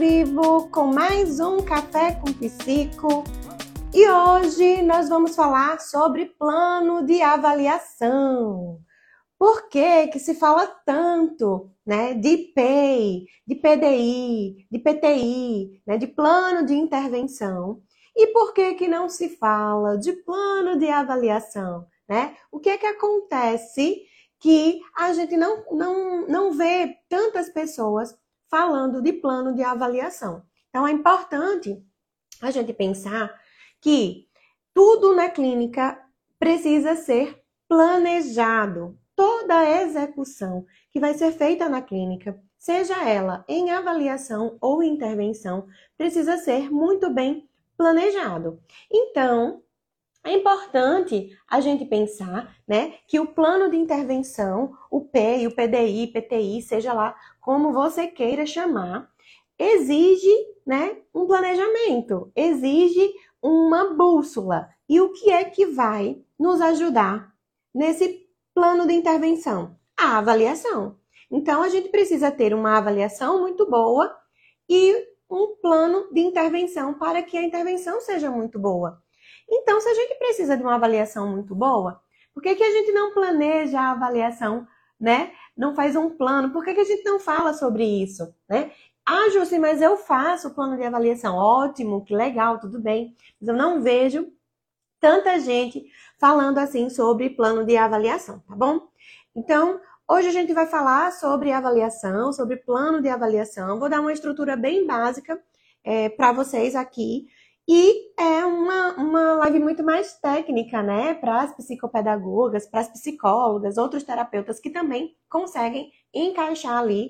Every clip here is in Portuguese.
vivo com mais um Café com Psico e hoje nós vamos falar sobre plano de avaliação. Por que que se fala tanto, né, de PEI, de PDI, de PTI, né, de plano de intervenção? E por que que não se fala de plano de avaliação, né? O que é que acontece que a gente não vê tantas pessoas falando de plano de avaliação? Então, é importante a gente pensar que tudo na clínica precisa ser planejado. Toda a execução que vai ser feita na clínica, seja ela em avaliação ou intervenção, precisa ser muito bem planejado. Então, é importante a gente pensar, né, que o plano de intervenção, o PEI, o PDI, PTI, seja lá como você queira chamar, exige, né, um planejamento, exige uma bússola. E o que é que vai nos ajudar nesse plano de intervenção? A avaliação. Então, a gente precisa ter uma avaliação muito boa e um plano de intervenção para que a intervenção seja muito boa. Então, se a gente precisa de uma avaliação muito boa, por que que a gente não planeja a avaliação, né? Não faz um plano? Por que que a gente não fala sobre isso, né? Ah, Jússi, mas eu faço o plano de avaliação. Ótimo, que legal, tudo bem. Mas eu não vejo tanta gente falando assim sobre plano de avaliação, tá bom? Então, hoje a gente vai falar sobre avaliação, sobre plano de avaliação. Vou dar uma estrutura bem básica para vocês aqui. E é uma live muito mais técnica, né? Para as psicopedagogas, para as psicólogas, outros terapeutas que também conseguem encaixar ali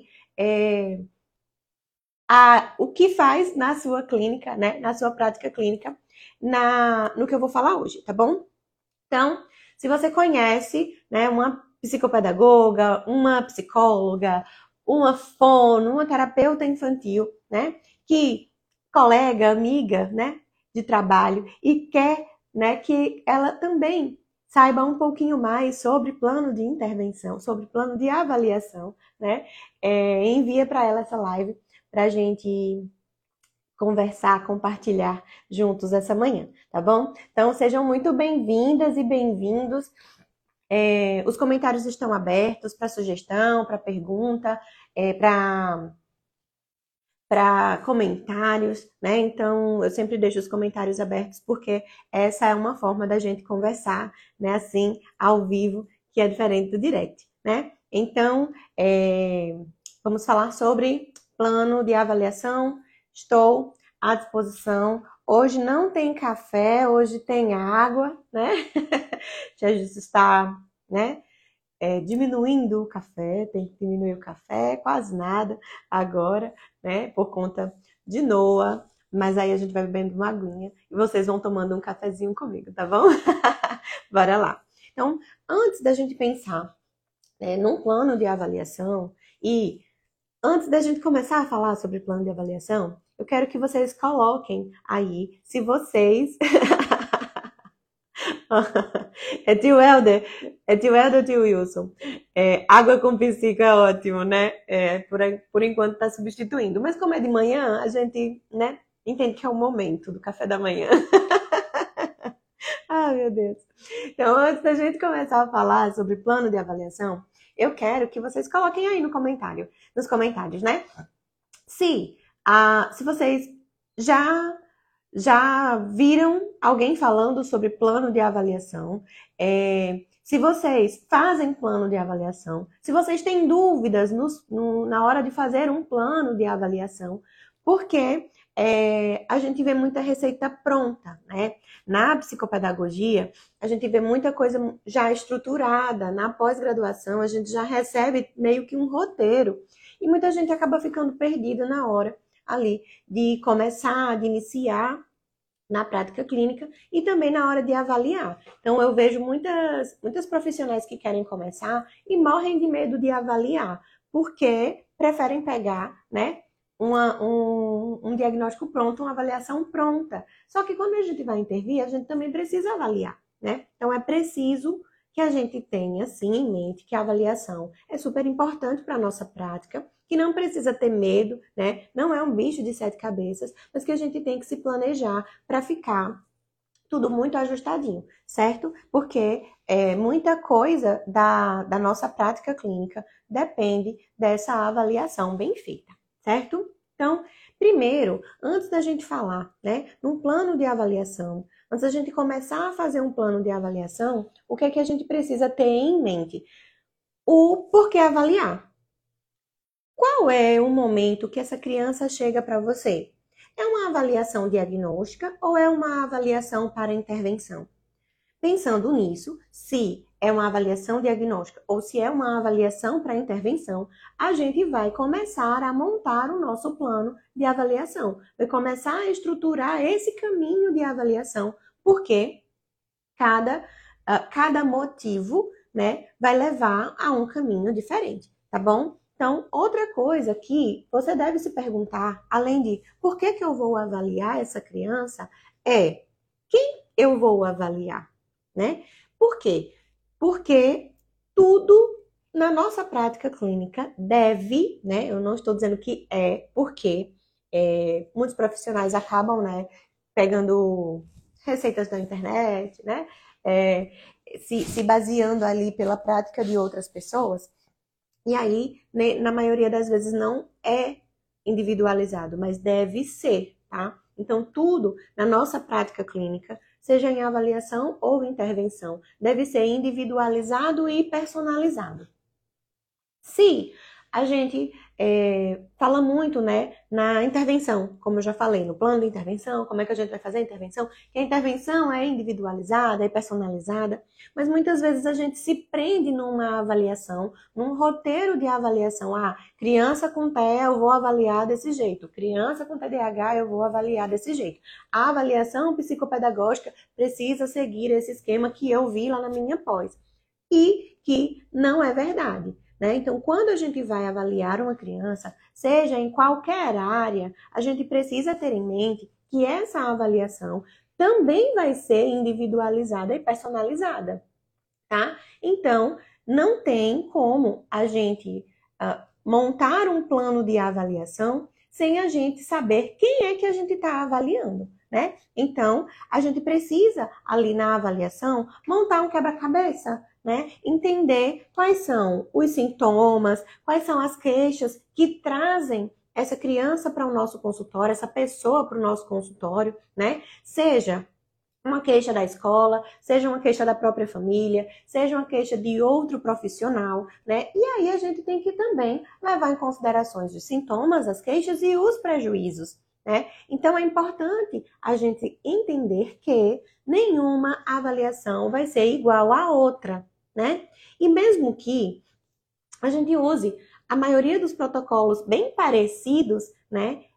o que faz na sua clínica, né? Na sua prática clínica, no que eu vou falar hoje, tá bom? Então, se você conhece, né, uma psicopedagoga, uma psicóloga, uma fono, uma terapeuta infantil, né, que colega, amiga, né, de trabalho e quer, né, que ela também saiba um pouquinho mais sobre plano de intervenção, sobre plano de avaliação, né, envia para ela essa live para a gente conversar, compartilhar juntos essa manhã, tá bom? Então, sejam muito bem-vindas e bem-vindos. Os comentários estão abertos para sugestão, para pergunta, para comentários, né? Então, eu sempre deixo os comentários abertos porque essa é uma forma da gente conversar, né? Assim, ao vivo, que é diferente do direct, né? Então, vamos falar sobre plano de avaliação. Estou à disposição. Hoje não tem café, hoje tem água, né? Já está, né? Diminuindo o café, tem que diminuir o café, quase nada agora, né? Por conta de Noah. Mas aí a gente vai bebendo uma aguinha e vocês vão tomando um cafezinho comigo, tá bom? Bora lá. Então, antes da gente pensar num plano de avaliação e antes da gente começar a falar sobre plano de avaliação, eu quero que vocês coloquem aí se vocês... É tio Helder ou tio Wilson? Água com psico é ótimo, né? Por enquanto tá substituindo. Mas como é de manhã, a gente, né, entende que é o momento do café da manhã. Ai, meu Deus. Então, antes da gente começar a falar sobre plano de avaliação, eu quero que vocês coloquem aí nos comentários, né? Se vocês já viram alguém falando sobre plano de avaliação, se vocês fazem plano de avaliação, se vocês têm dúvidas na hora de fazer um plano de avaliação, porque a gente vê muita receita pronta, né? Na psicopedagogia, a gente vê muita coisa já estruturada. Na pós-graduação, a gente já recebe meio que um roteiro. E muita gente acaba ficando perdida na hora ali de começar, de iniciar na prática clínica e também na hora de avaliar. Então, eu vejo muitas profissionais que querem começar e morrem de medo de avaliar, porque preferem pegar, né, um diagnóstico pronto, uma avaliação pronta. Só que quando a gente vai intervir, a gente também precisa avaliar, né? Então, é preciso que a gente tenha, sim, em mente que a avaliação é super importante para a nossa prática, que não precisa ter medo, né? Não é um bicho de 7 cabeças, mas que a gente tem que se planejar para ficar tudo muito ajustadinho, certo? Porque muita coisa da nossa prática clínica depende dessa avaliação bem feita, certo? Então, primeiro, antes da gente falar, né, num plano de avaliação, antes da gente começar a fazer um plano de avaliação, o que é que a gente precisa ter em mente? O porquê avaliar. Qual é o momento que essa criança chega para você? É uma avaliação diagnóstica ou é uma avaliação para intervenção? Pensando nisso, se é uma avaliação diagnóstica ou se é uma avaliação para intervenção, a gente vai começar a montar o nosso plano de avaliação. Vai começar a estruturar esse caminho de avaliação, porque cada motivo, né, vai levar a um caminho diferente, tá bom? Então, outra coisa que você deve se perguntar, além de por que eu vou avaliar essa criança, é quem eu vou avaliar, né? Por quê? Porque tudo na nossa prática clínica deve, né? Eu não estou dizendo que é, porque muitos profissionais acabam, né, pegando receitas da internet, né? Se baseando ali pela prática de outras pessoas. E aí, né, na maioria das vezes, não é individualizado, mas deve ser, tá? Então, tudo na nossa prática clínica, seja em avaliação ou intervenção, deve ser individualizado e personalizado. Se a gente fala muito, né, na intervenção, como eu já falei, no plano de intervenção, como é que a gente vai fazer a intervenção, que a intervenção é individualizada, é personalizada, mas muitas vezes a gente se prende numa avaliação, num roteiro de avaliação. Ah, criança com TEA eu vou avaliar desse jeito, criança com TDAH eu vou avaliar desse jeito. A avaliação psicopedagógica precisa seguir esse esquema que eu vi lá na minha pós. E que não é verdade. Né? Então, quando a gente vai avaliar uma criança, seja em qualquer área, a gente precisa ter em mente que essa avaliação também vai ser individualizada e personalizada, tá? Então, não tem como a gente montar um plano de avaliação sem a gente saber quem é que a gente está avaliando, né? Então, a gente precisa, ali na avaliação, montar um quebra-cabeça, né? Entender quais são os sintomas, quais são as queixas que trazem essa criança para o nosso consultório, essa pessoa para o nosso consultório, né? Seja uma queixa da escola, seja uma queixa da própria família, seja uma queixa de outro profissional, né? E aí a gente tem que também levar em considerações os sintomas, as queixas e os prejuízos, né? Então é importante a gente entender que nenhuma avaliação vai ser igual à outra, né? E mesmo que a gente use a maioria dos protocolos bem parecidos, né?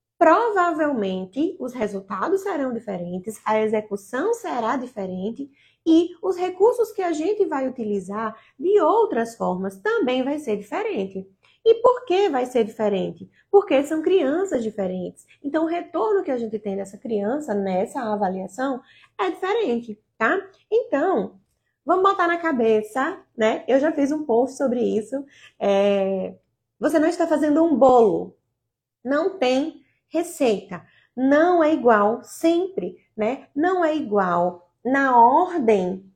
Provavelmente os resultados serão diferentes, a execução será diferente e os recursos que a gente vai utilizar de outras formas também vai ser diferente. E por que vai ser diferente? Porque são crianças diferentes. Então, o retorno que a gente tem dessa criança nessa avaliação é diferente, tá? Então, vamos botar na cabeça, né? Eu já fiz um post sobre isso. Você não está fazendo um bolo. Não tem receita. Não é igual sempre, né? Não é igual na ordem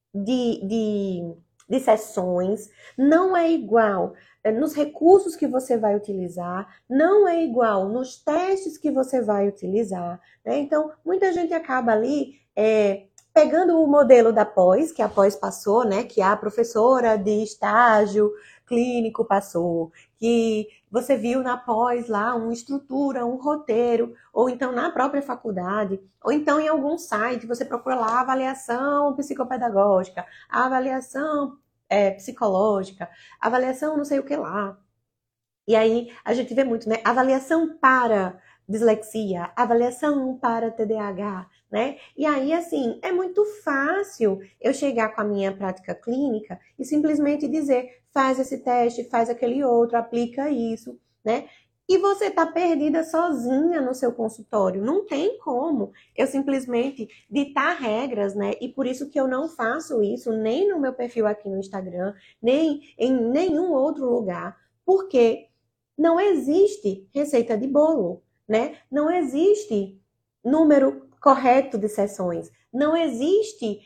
de sessões, não é igual nos recursos que você vai utilizar, não é igual nos testes que você vai utilizar, né? Então, muita gente acaba ali pegando o modelo da pós, que a pós passou, né? Que a professora de estágio clínico passou, que você viu na pós lá uma estrutura, um roteiro, ou então na própria faculdade, ou então em algum site, você procura lá avaliação psicopedagógica, avaliação psicológica, avaliação não sei o que lá. E aí a gente vê muito, né? Avaliação para dislexia, avaliação para TDAH, né? E aí, assim, é muito fácil eu chegar com a minha prática clínica e simplesmente dizer, faz esse teste, faz aquele outro, aplica isso, né? E você tá perdida sozinha no seu consultório. Não tem como eu simplesmente ditar regras, né? E por isso que eu não faço isso nem no meu perfil aqui no Instagram, nem em nenhum outro lugar. Porque Não existe receita de bolo, né? Não existe número correto de sessões. Não existe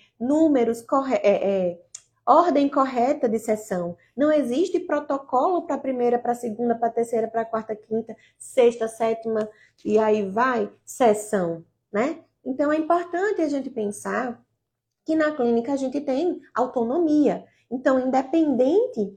ordem correta de sessão. Não existe protocolo para a primeira, para a segunda, para a terceira, para a quarta, quinta, sexta, sétima e aí vai sessão, né? Então é importante a gente pensar que na clínica a gente tem autonomia. Então, independente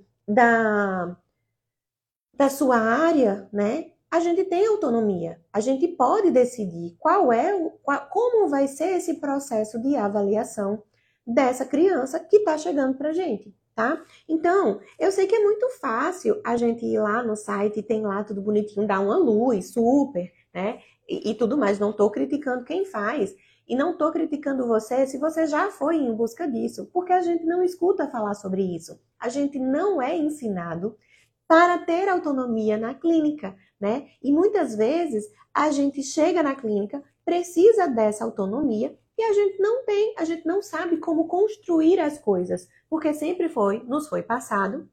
da sua área, né? A gente tem autonomia. A gente pode decidir como vai ser esse processo de avaliação dessa criança que está chegando para a gente, tá? Então, eu sei que é muito fácil a gente ir lá no site, tem lá tudo bonitinho, dar uma luz, super, né? E tudo mais. Não estou criticando quem faz. E não estou criticando você se você já foi em busca disso, porque a gente não escuta falar sobre isso. A gente não é ensinado para ter autonomia na clínica, né? E muitas vezes a gente chega na clínica, precisa dessa autonomia e a gente não tem, a gente não sabe como construir as coisas, porque sempre nos foi passado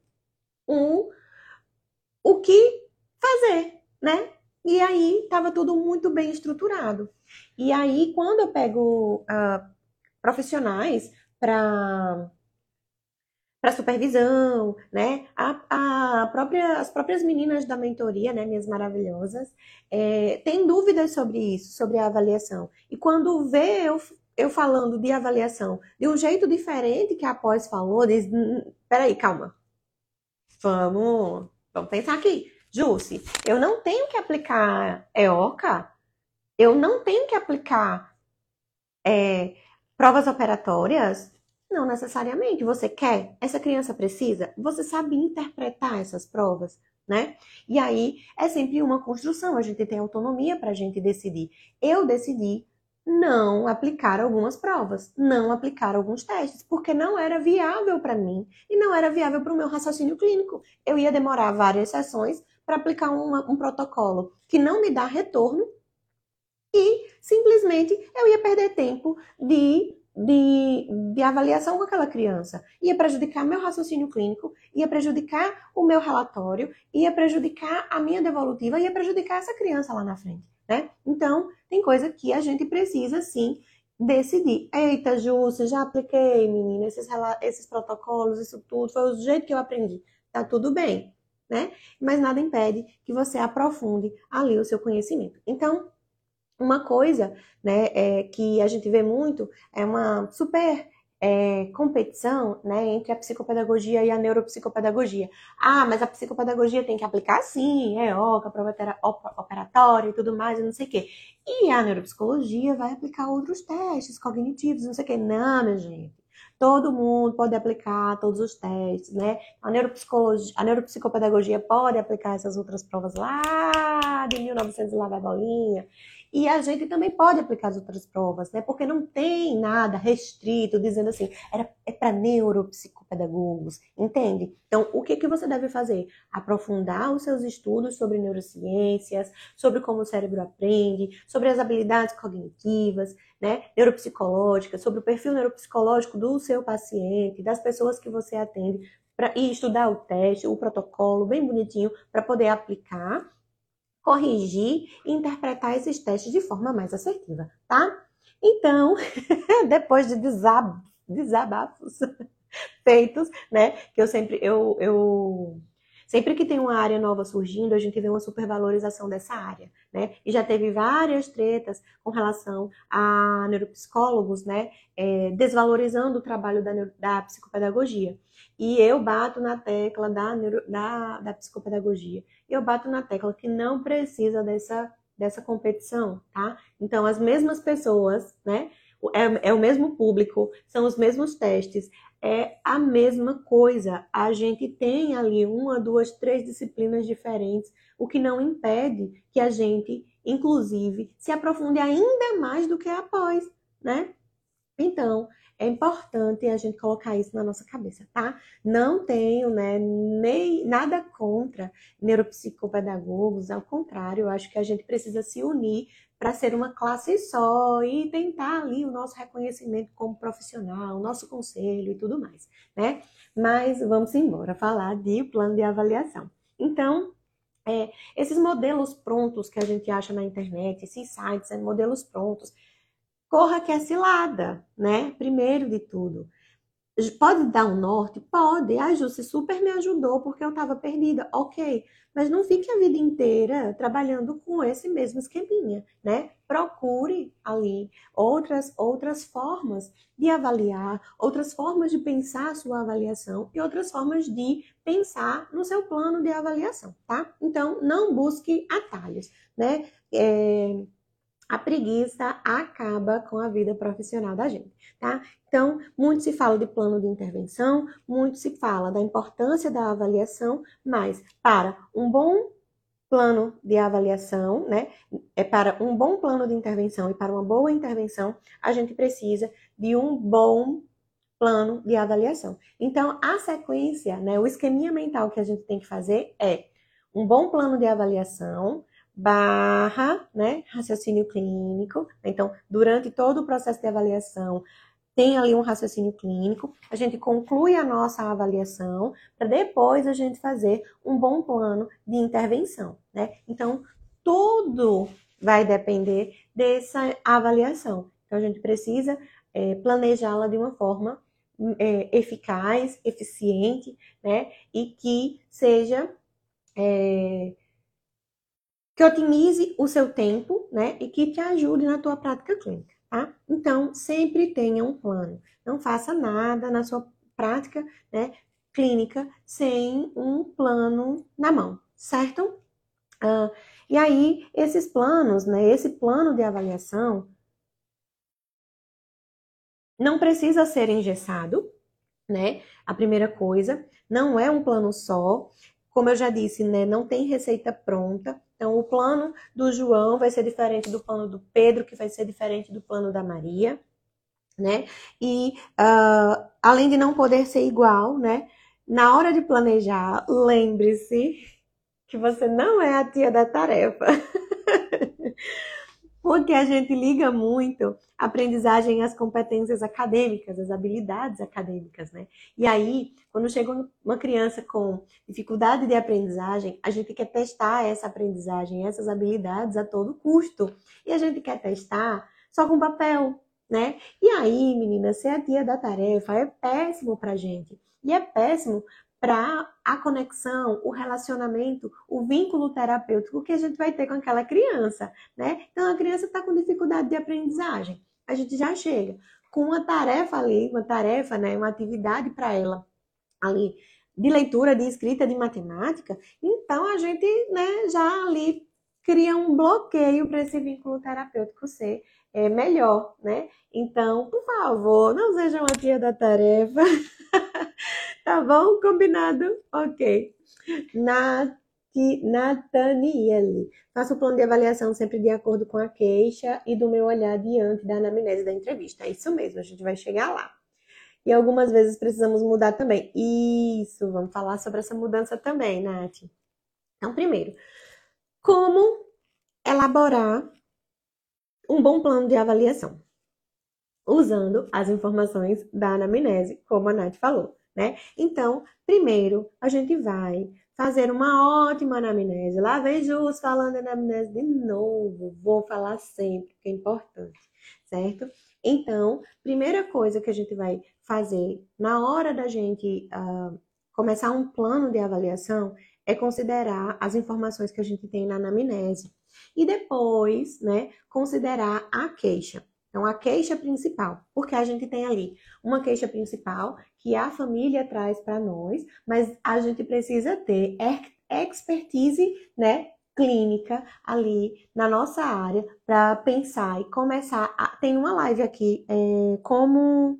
o que fazer, né? E aí estava tudo muito bem estruturado. E aí, quando eu pego profissionais para supervisão, né? As próprias meninas da mentoria, né, minhas maravilhosas, têm dúvidas sobre isso, sobre a avaliação. E quando vê eu falando de avaliação de um jeito diferente que a pós falou, diz, peraí, calma, vamos pensar aqui. Jússi, eu não tenho que aplicar EOCA, eu não tenho que aplicar provas operatórias? Não necessariamente. Você quer? Essa criança precisa? Você sabe interpretar essas provas, né? E aí é sempre uma construção. A gente tem autonomia para a gente decidir. Eu decidi não aplicar algumas provas, não aplicar alguns testes, porque não era viável para mim e não era viável para o meu raciocínio clínico. Eu ia demorar várias sessões para aplicar um protocolo que não me dá retorno e simplesmente eu ia perder tempo de avaliação com aquela criança. Ia prejudicar meu raciocínio clínico, ia prejudicar o meu relatório, ia prejudicar a minha devolutiva, ia prejudicar essa criança lá na frente, né? Então, tem coisa que a gente precisa, sim, decidir. Eita, Ju, você já apliquei, menina, esses protocolos, isso tudo, foi o jeito que eu aprendi. Tá tudo bem, né? Mas nada impede que você aprofunde ali o seu conhecimento. Então, uma coisa, né, que a gente vê muito é uma super competição, né, entre a psicopedagogia e a neuropsicopedagogia. Ah, mas a psicopedagogia tem que aplicar sim, EOCA, prova operatória e tudo mais, e não sei o quê. E a neuropsicologia vai aplicar outros testes cognitivos, não sei o quê. Não, minha gente. Todo mundo pode aplicar todos os testes, né? A neuropsicopedagogia pode aplicar essas outras provas lá de 1900 e lá vai bolinha. E a gente também pode aplicar as outras provas, né? Porque não tem nada restrito dizendo assim, é para neuropsicopedagogos, entende? Então, o que você deve fazer? Aprofundar os seus estudos sobre neurociências, sobre como o cérebro aprende, sobre as habilidades cognitivas, né? Neuropsicológicas, sobre o perfil neuropsicológico do seu paciente, das pessoas que você atende, e estudar o teste, o protocolo, bem bonitinho, para poder aplicar, corrigir e interpretar esses testes de forma mais assertiva, tá? Então, depois de desabafos feitos, né? Que sempre que tem uma área nova surgindo, a gente vê uma supervalorização dessa área, né? E já teve várias tretas com relação a neuropsicólogos, né? Desvalorizando o trabalho da psicopedagogia. E eu bato na tecla da psicopedagogia. Eu bato na tecla que não precisa dessa competição, tá? Então, as mesmas pessoas, né? É o mesmo público, são os mesmos testes, é a mesma coisa. A gente tem ali uma, duas, três disciplinas diferentes, o que não impede que a gente, inclusive, se aprofunde ainda mais do que após, né? Então, é importante a gente colocar isso na nossa cabeça, tá? Não tenho, né, nem nada contra neuropsicopedagogos, ao contrário, eu acho que a gente precisa se unir para ser uma classe só e tentar ali o nosso reconhecimento como profissional, o nosso conselho e tudo mais, né? Mas vamos embora falar de plano de avaliação. Então, Esses modelos prontos que a gente acha na internet, esses sites, modelos prontos, corra que é cilada, né? Primeiro de tudo. Pode dar um norte? Pode. A Ju, você super me ajudou porque eu estava perdida. Ok. Mas não fique a vida inteira trabalhando com esse mesmo esqueminha, né? Procure ali outras formas de avaliar, outras formas de pensar a sua avaliação e outras formas de pensar no seu plano de avaliação, tá? Então, não busque atalhos, né? A preguiça acaba com a vida profissional da gente, tá? Então, muito se fala de plano de intervenção, muito se fala da importância da avaliação, mas para um bom plano de avaliação, né? Para um bom plano de intervenção e para uma boa intervenção, a gente precisa de um bom plano de avaliação. Então, a sequência, né, o esqueminha mental que a gente tem que fazer é um bom plano de avaliação, barra, né, raciocínio clínico. Então, durante todo o processo de avaliação, tem ali um raciocínio clínico, a gente conclui a nossa avaliação, para depois a gente fazer um bom plano de intervenção, né? Então, tudo vai depender dessa avaliação. Então, a gente precisa planejá-la de uma forma eficaz, eficiente, né? E que seja que otimize o seu tempo, né? E que te ajude na tua prática clínica, tá? Então, sempre tenha um plano. Não faça nada na sua prática, né, clínica sem um plano na mão, certo? E aí, esses planos, né, esse plano de avaliação não precisa ser engessado, né? A primeira coisa, não é um plano só. Como eu já disse, né, não tem receita pronta. Então, o plano do João vai ser diferente do plano do Pedro, que vai ser diferente do plano da Maria, né? E, além de não poder ser igual, né? Na hora de planejar, lembre-se que você não é a tia da tarefa. Porque a gente liga muito a aprendizagem às competências acadêmicas, às habilidades acadêmicas, né? E aí, quando chega uma criança com dificuldade de aprendizagem, a gente quer testar essa aprendizagem, essas habilidades a todo custo. E a gente quer testar só com papel, né? E aí, menina, ser a tia da tarefa é péssimo pra gente. E é péssimo para a conexão, o relacionamento, o vínculo terapêutico que a gente vai ter com aquela criança, né? Então, a criança está com dificuldade de aprendizagem. A gente já chega com uma tarefa ali, uma tarefa, né? Uma atividade para ela ali de leitura, de escrita, de matemática. Então, a gente, né, já ali cria um bloqueio para esse vínculo terapêutico ser melhor, né? Então, por favor, não seja uma tia da tarefa. Tá bom? Combinado? Ok. Nathaniele. Faço o plano de avaliação sempre de acordo com a queixa e do meu olhar diante da anamnese da entrevista. É isso mesmo, a gente vai chegar lá. E algumas vezes precisamos mudar também. Isso, vamos falar sobre essa mudança também, Nath. Então, primeiro, como elaborar um bom plano de avaliação? Usando as informações da anamnese, como a Nath falou, né? Então, primeiro, a gente vai fazer uma ótima anamnese. Lá vem Jus falando anamnese de novo. Vou falar sempre, porque é importante, certo? Então, primeira coisa que a gente vai fazer na hora da gente começar um plano de avaliação é considerar as informações que a gente tem na anamnese. E depois, né, considerar a queixa. Então, a queixa principal, porque a gente tem ali uma queixa principal que a família traz para nós, mas a gente precisa ter expertise, né, clínica ali na nossa área para pensar e começar. Tem uma live aqui, como.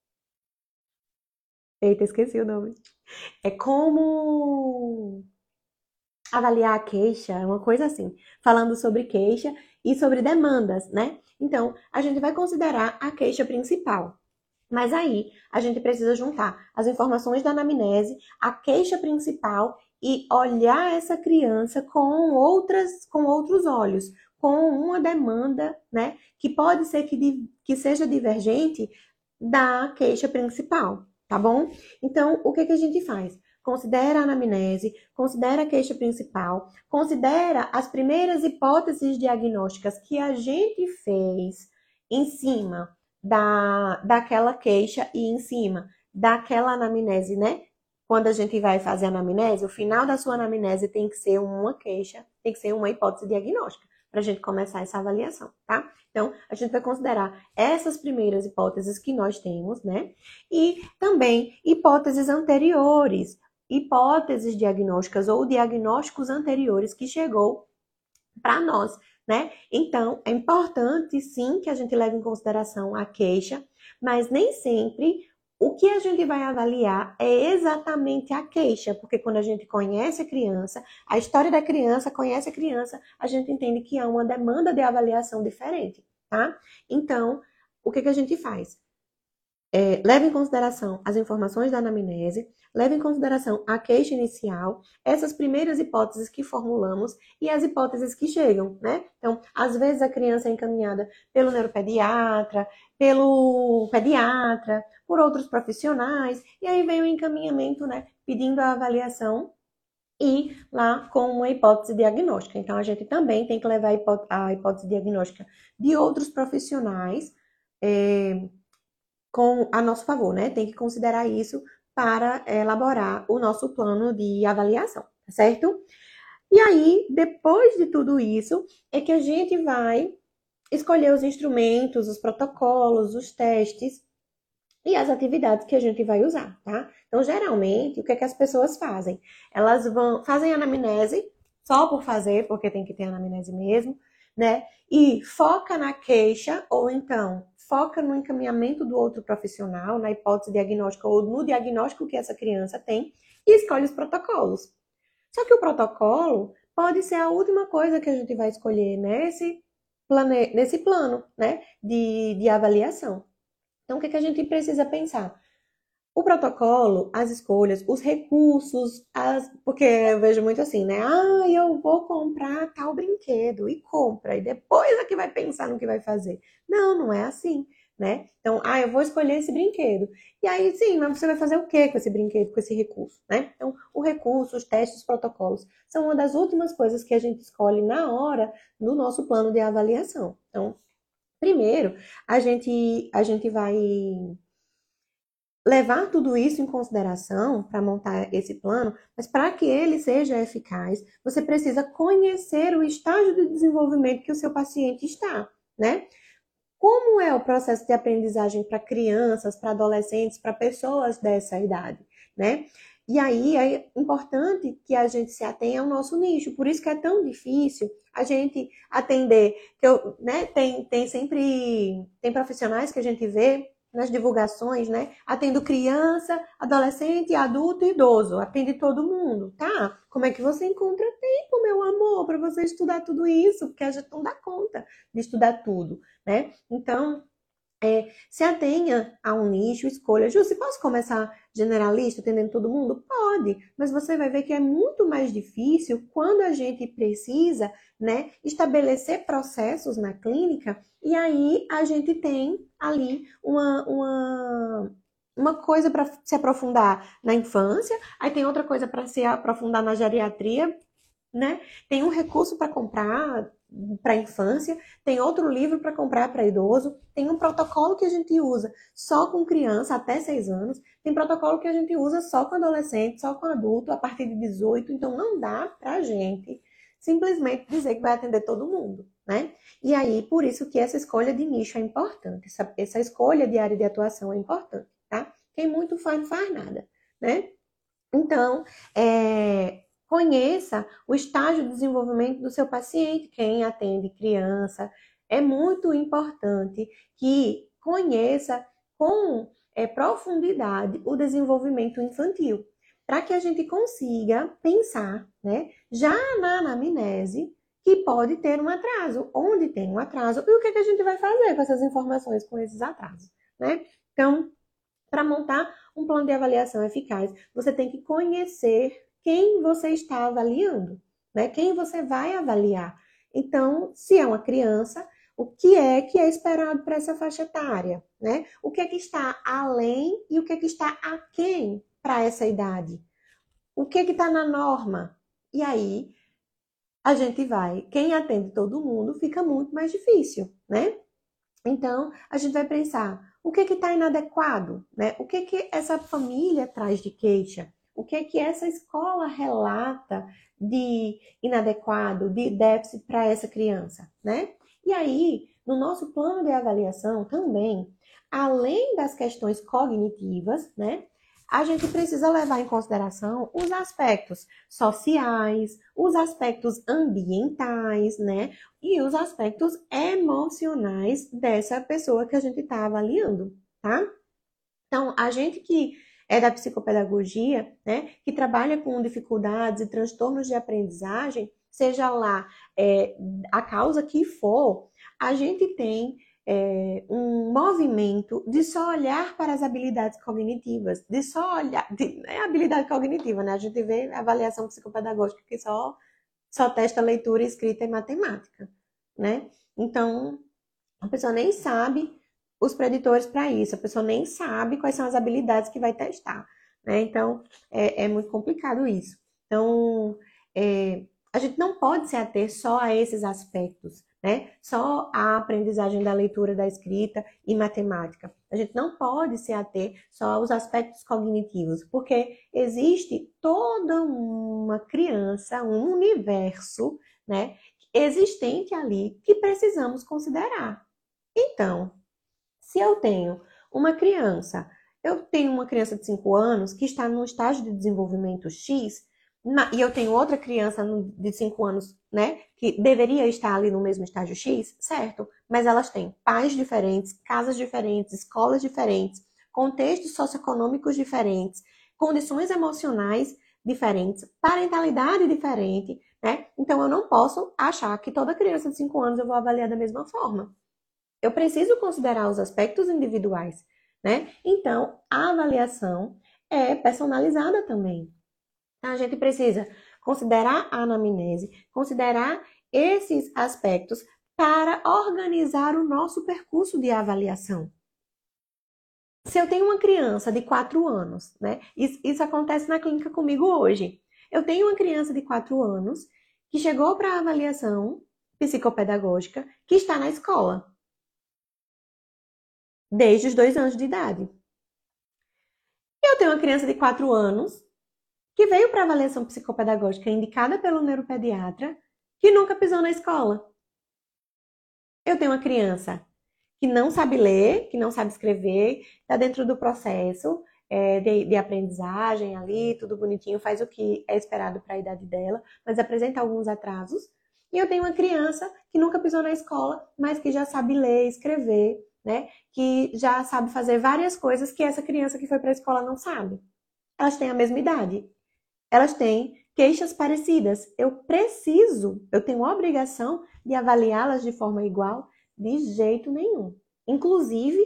Eita, esqueci o nome. É como avaliar a queixa, uma coisa assim, falando sobre queixa e sobre demandas, né? Então, a gente vai considerar a queixa principal. Mas aí, a gente precisa juntar as informações da anamnese, a queixa principal e olhar essa criança com outros olhos, com uma demanda, né, que pode ser que seja divergente da queixa principal, tá bom? Então, o que a gente faz? considera a anamnese, considera a queixa principal, considera as primeiras hipóteses diagnósticas que a gente fez em cima daquela queixa e em cima daquela anamnese, né? Quando a gente vai fazer a anamnese, o final da sua anamnese tem que ser uma queixa, tem que ser uma hipótese diagnóstica, para a gente começar essa avaliação, tá? Então, a gente vai considerar essas primeiras hipóteses que nós temos, né? E também hipóteses anteriores, hipóteses diagnósticas ou diagnósticos anteriores que chegou para nós, né? Então, é importante sim que a gente leve em consideração a queixa, mas nem sempre o que a gente vai avaliar é exatamente a queixa, porque quando a gente conhece a criança, a história da criança, conhece a criança, a gente entende que há uma demanda de avaliação diferente, tá? Então, o que a gente faz? Leve em consideração as informações da anamnese, leve em consideração a queixa inicial, essas primeiras hipóteses que formulamos e as hipóteses que chegam, né? Então, às vezes a criança é encaminhada pelo neuropediatra, pelo pediatra, por outros profissionais, e aí vem o encaminhamento, né, pedindo a avaliação e lá com uma hipótese diagnóstica. Então, a gente também tem que levar a hipótese diagnóstica de outros profissionais, com a nosso favor, né? Tem que considerar isso para elaborar o nosso plano de avaliação, tá certo? E aí, depois de tudo isso, é que a gente vai escolher os instrumentos, os protocolos, os testes e as atividades que a gente vai usar, tá? Então, geralmente, o que é que as pessoas fazem? Elas fazem anamnese só por fazer, porque tem que ter anamnese mesmo, né? E foca na queixa, ou então foca no encaminhamento do outro profissional, na hipótese diagnóstica ou no diagnóstico que essa criança tem, e escolhe os protocolos. Só que o protocolo pode ser a última coisa que a gente vai escolher nesse plano, né, de avaliação. Então, o que a gente precisa pensar? O protocolo, as escolhas, os recursos, porque eu vejo muito assim, né? Ah, eu vou comprar tal brinquedo e compra, e depois é que vai pensar no que vai fazer. Não, não é assim, né? Então, eu vou escolher esse brinquedo. E aí, sim, mas você vai fazer o que com esse brinquedo, com esse recurso, né? Então, o recurso, os testes, os protocolos, são uma das últimas coisas que a gente escolhe na hora do nosso plano de avaliação. Então, primeiro, a gente vai levar tudo isso em consideração para montar esse plano, mas para que ele seja eficaz, você precisa conhecer o estágio de desenvolvimento que o seu paciente está, né? Como é o processo de aprendizagem para crianças, para adolescentes, para pessoas dessa idade, né? E aí é importante que a gente se atenha ao nosso nicho, por isso que é tão difícil a gente atender, né, tem profissionais que a gente vê nas divulgações, né? Atendo criança, adolescente, adulto e idoso. Atende todo mundo, tá? Como é que você encontra tempo, meu amor, para você estudar tudo isso? Porque a gente não dá conta de estudar tudo, né? Então, se atenha a um nicho, escolha. Ju, se posso começar generalista, atendendo todo mundo? Pode, mas você vai ver que é muito mais difícil quando a gente precisa, né, estabelecer processos na clínica e aí a gente tem ali uma coisa para se aprofundar na infância, aí tem outra coisa para se aprofundar na geriatria, né? Tem um recurso para comprar para infância, tem outro livro para comprar para idoso, tem um protocolo que a gente usa só com criança até 6 anos, tem protocolo que a gente usa só com adolescente, só com adulto a partir de 18, então não dá para a gente simplesmente dizer que vai atender todo mundo, né? E aí, por isso que essa escolha de nicho é importante, essa escolha de área de atuação é importante, tá? Quem muito faz, não faz nada, né? Então, conheça o estágio de desenvolvimento do seu paciente, quem atende criança. É muito importante que conheça com profundidade o desenvolvimento infantil, para que a gente consiga pensar, né, já na anamnese, que pode ter um atraso, onde tem um atraso, e o que a gente vai fazer com essas informações, com esses atrasos, né? Então, para montar um plano de avaliação eficaz, você tem que conhecer quem você está avaliando, né? Quem você vai avaliar. Então, se é uma criança, o que é esperado para essa faixa etária, né? O que é que está além e o que é que está aquém para essa idade? O que está na norma? E aí, a gente vai, quem atende todo mundo fica muito mais difícil, né? Então, a gente vai pensar, o que está inadequado, né? O que essa família traz de queixa? O que essa escola relata de inadequado, de déficit para essa criança, né? E aí, no nosso plano de avaliação também, além das questões cognitivas, né? A gente precisa levar em consideração os aspectos sociais, os aspectos ambientais, né? E os aspectos emocionais dessa pessoa que a gente está avaliando, tá? Então, a gente que é da psicopedagogia, né, que trabalha com dificuldades e transtornos de aprendizagem, seja lá a causa que for, a gente tem um movimento de só olhar para as habilidades cognitivas, de só olhar, habilidade cognitiva, né? A gente vê avaliação psicopedagógica que só testa leitura, escrita e matemática, né? Então, a pessoa nem sabe os preditores para isso, a pessoa nem sabe quais são as habilidades que vai testar, né? Então, é muito complicado isso. Então, a gente não pode se ater só a esses aspectos, né? Só a aprendizagem da leitura, da escrita e matemática. A gente não pode se ater só aos aspectos cognitivos, porque existe toda uma criança, um universo, né, existente ali que precisamos considerar. Então, se eu tenho uma criança de 5 anos que está no estágio de desenvolvimento X, e eu tenho outra criança de 5 anos, né, que deveria estar ali no mesmo estágio X, certo? Mas elas têm pais diferentes, casas diferentes, escolas diferentes, contextos socioeconômicos diferentes, condições emocionais diferentes, parentalidade diferente, né? Então eu não posso achar que toda criança de 5 anos eu vou avaliar da mesma forma. Eu preciso considerar os aspectos individuais, né? Então, a avaliação é personalizada também. A gente precisa considerar a anamnese, considerar esses aspectos para organizar o nosso percurso de avaliação. Se eu tenho uma criança de 4 anos, né? Isso acontece na clínica comigo hoje. Eu tenho uma criança de 4 anos que chegou para a avaliação psicopedagógica que está na escola desde os 2 anos de idade. Eu tenho uma criança de 4 anos que veio para avaliação psicopedagógica indicada pelo neuropediatra que nunca pisou na escola. Eu tenho uma criança que não sabe ler, que não sabe escrever, está dentro do processo de aprendizagem ali, tudo bonitinho, faz o que é esperado para a idade dela, mas apresenta alguns atrasos. E eu tenho uma criança que nunca pisou na escola, mas que já sabe ler, escrever, né? Que já sabe fazer várias coisas que essa criança que foi para a escola não sabe. Elas têm a mesma idade. Elas têm queixas parecidas. Eu tenho a obrigação de avaliá-las de forma igual? De jeito nenhum. Inclusive,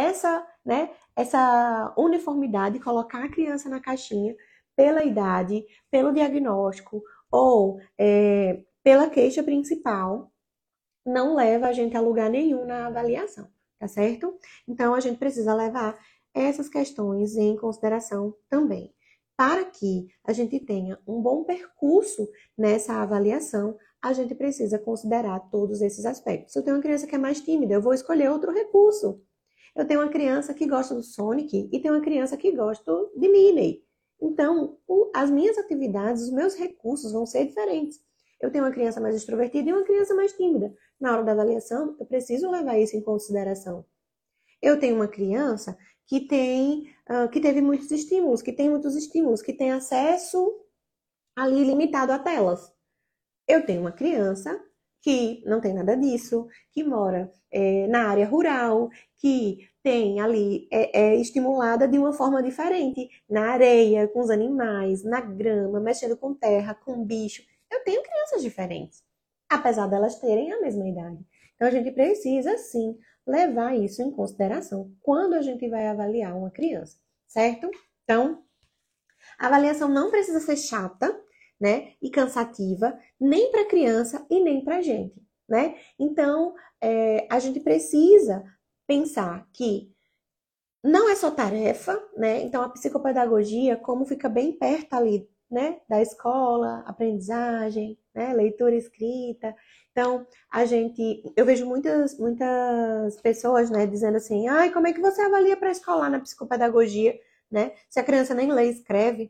essa uniformidade, colocar a criança na caixinha pela idade, pelo diagnóstico ou pela queixa principal, não leva a gente a lugar nenhum na avaliação, tá certo? Então, a gente precisa levar essas questões em consideração também. Para que a gente tenha um bom percurso nessa avaliação, a gente precisa considerar todos esses aspectos. Se eu tenho uma criança que é mais tímida, eu vou escolher outro recurso. Eu tenho uma criança que gosta do Sonic e tenho uma criança que gosta de Minnie. Então, as minhas atividades, os meus recursos vão ser diferentes. Eu tenho uma criança mais extrovertida e uma criança mais tímida. Na hora da avaliação, eu preciso levar isso em consideração. Eu tenho uma criança que teve muitos estímulos, que tem muitos estímulos, que tem acesso ali limitado a telas. Eu tenho uma criança que não tem nada disso, que mora na área rural, que tem ali, é estimulada de uma forma diferente, na areia, com os animais, na grama, mexendo com terra, com bicho. Eu tenho crianças diferentes, apesar delas terem a mesma idade. Então a gente precisa sim levar isso em consideração quando a gente vai avaliar uma criança, certo? Então, a avaliação não precisa ser chata, né, e cansativa, nem para a criança e nem para a gente, né? Então, a gente precisa pensar que não é só tarefa, né? Então, a psicopedagogia, como fica bem perto ali né, da escola, aprendizagem, né, leitura e escrita. Então, eu vejo muitas pessoas, né, dizendo assim, ai, como é que você avalia pré-escolar na psicopedagogia, né, se a criança nem lê e escreve?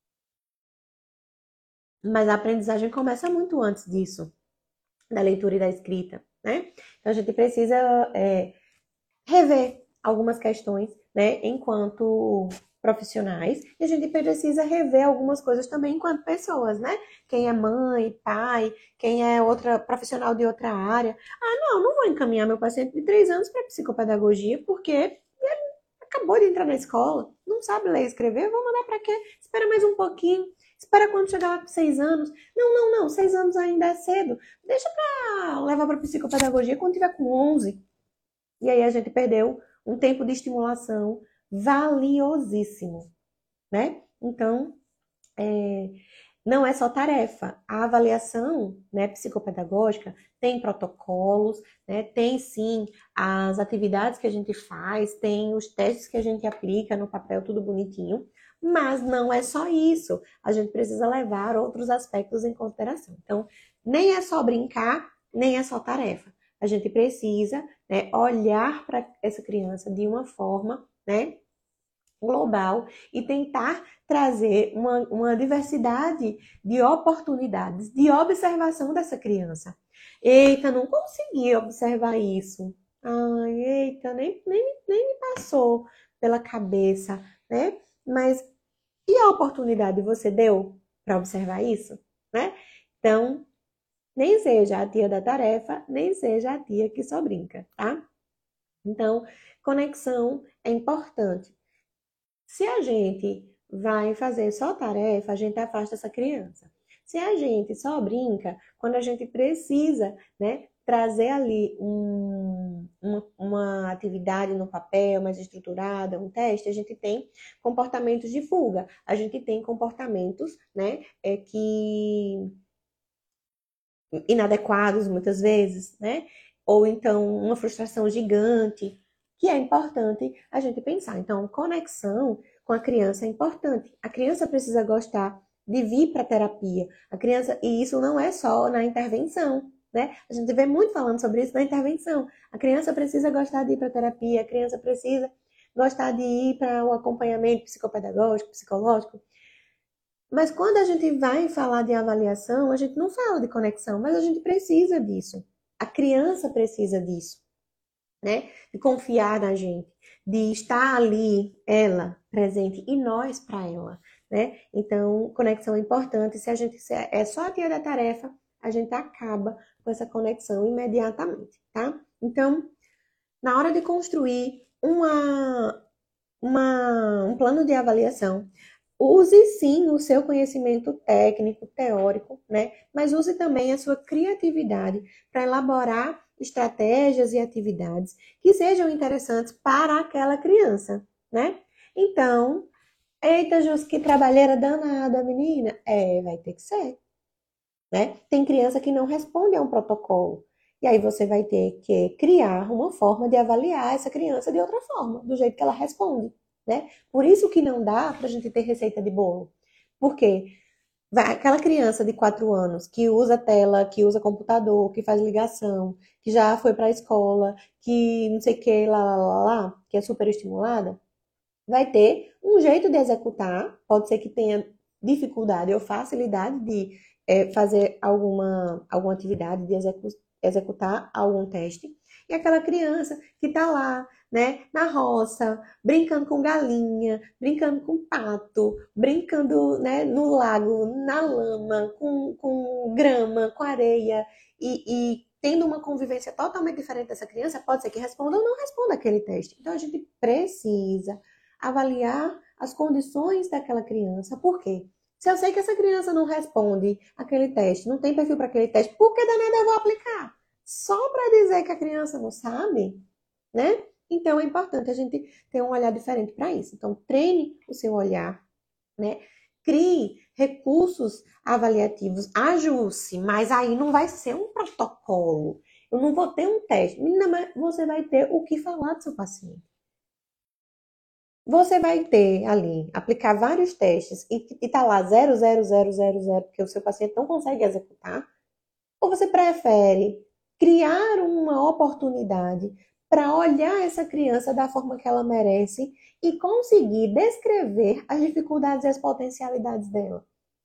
Mas a aprendizagem começa muito antes disso, da leitura e da escrita, né? Então, a gente precisa rever algumas questões, né, enquanto profissionais, e a gente precisa rever algumas coisas também enquanto pessoas, né? Quem é mãe, pai, quem é outra profissional de outra área. Ah, não vou encaminhar meu paciente de 3 anos para psicopedagogia, porque ele acabou de entrar na escola, não sabe ler e escrever, eu vou mandar para quê? Espera mais um pouquinho. Espera quando chegar lá com 6 anos. Não, 6 anos ainda é cedo. Deixa para levar para psicopedagogia quando tiver com 11. E aí a gente perdeu um tempo de estimulação valiosíssimo, né? Então, não é só tarefa. A avaliação, né, psicopedagógica tem protocolos, né? Tem sim as atividades que a gente faz, tem os testes que a gente aplica no papel, tudo bonitinho. Mas não é só isso. A gente precisa levar outros aspectos em consideração. Então, nem é só brincar, nem é só tarefa. A gente precisa, né, olhar para essa criança de uma forma, né, global e tentar trazer uma diversidade de oportunidades de observação dessa criança. Eita, não consegui observar isso. Ai, eita, nem me passou pela cabeça, né? Mas e a oportunidade você deu para observar isso, né? Então, nem seja a tia da tarefa, nem seja a tia que só brinca, tá? Então, conexão é importante. Se a gente vai fazer só tarefa, a gente afasta essa criança. Se a gente só brinca, quando a gente precisa, né, trazer ali uma atividade no papel mais estruturada, um teste, a gente tem comportamentos de fuga. A gente tem comportamentos, né, que inadequados muitas vezes, né? Ou então uma frustração gigante, que é importante a gente pensar. Então, conexão com a criança é importante. A criança precisa gostar de vir para a terapia. A criança, e isso não é só na intervenção, né? A gente vê muito falando sobre isso na intervenção. A criança precisa gostar de ir para a terapia, a criança precisa gostar de ir para o acompanhamento psicopedagógico, psicológico. Mas quando a gente vai falar de avaliação, a gente não fala de conexão, mas a gente precisa disso. A criança precisa disso, né? De confiar na gente, de estar ali, ela presente e nós para ela, né? Então, conexão é importante. Se a gente é só a tia da tarefa, a gente acaba com essa conexão imediatamente, tá? Então, na hora de construir um plano de avaliação, use sim o seu conhecimento técnico, teórico, né? Mas use também a sua criatividade para elaborar estratégias e atividades que sejam interessantes para aquela criança, né? Então, eita, Jus, que trabalheira danada, menina. Vai ter que ser, né? Tem criança que não responde a um protocolo. E aí você vai ter que criar uma forma de avaliar essa criança de outra forma, do jeito que ela responde, né? Por isso que não dá para a gente ter receita de bolo. Por quê? Aquela criança de 4 anos que usa tela, que usa computador, que faz ligação, que já foi para a escola, que não sei o que, lá, que é super estimulada, vai ter um jeito de executar, pode ser que tenha dificuldade ou facilidade de fazer alguma atividade, de executar algum teste. E aquela criança que está lá, né, na roça, brincando com galinha, brincando com pato, brincando, né, no lago, na lama, com grama, com areia, e tendo uma convivência totalmente diferente dessa criança, pode ser que responda ou não responda aquele teste. Então, a gente precisa avaliar as condições daquela criança. Por quê? Se eu sei que essa criança não responde aquele teste, não tem perfil para aquele teste, por que danada eu vou aplicar? Só para dizer que a criança não sabe, né? Então é importante a gente ter um olhar diferente para isso. Então treine o seu olhar, né? Crie recursos avaliativos, ajuste, mas aí não vai ser um protocolo. Eu não vou ter um teste. Menina, mas você vai ter o que falar do seu paciente. Você vai ter ali, aplicar vários testes e tá lá 0,0000, porque o seu paciente não consegue executar? Ou você prefere criar uma oportunidade para olhar essa criança da forma que ela merece e conseguir descrever as dificuldades e as potencialidades dela,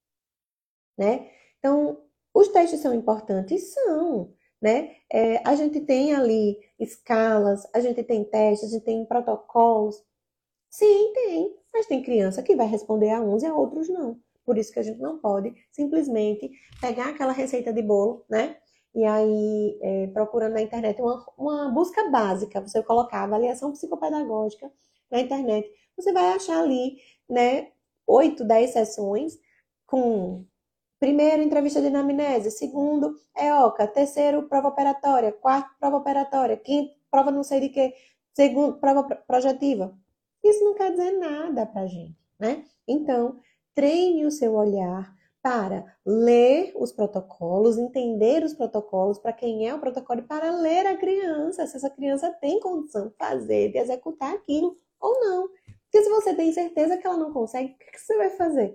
né? Então, os testes são importantes? São, né? A gente tem ali escalas, a gente tem testes, a gente tem protocolos. Sim, tem. Mas tem criança que vai responder a uns e a outros não. Por isso que a gente não pode simplesmente pegar aquela receita de bolo, né? E aí, procurando na internet uma busca básica, você colocar avaliação psicopedagógica na internet, você vai achar ali, né, 8, 10 sessões com primeiro, entrevista de anamnese, segundo, EOCA, terceiro, prova operatória, quarto, prova operatória, quinto, prova não sei de quê, segundo, prova projetiva. Isso não quer dizer nada pra gente, né? Então, treine o seu olhar para ler os protocolos, entender os protocolos, para quem é o protocolo e para ler a criança, se essa criança tem condição de fazer, de executar aquilo ou não. Porque se você tem certeza que ela não consegue, o que você vai fazer,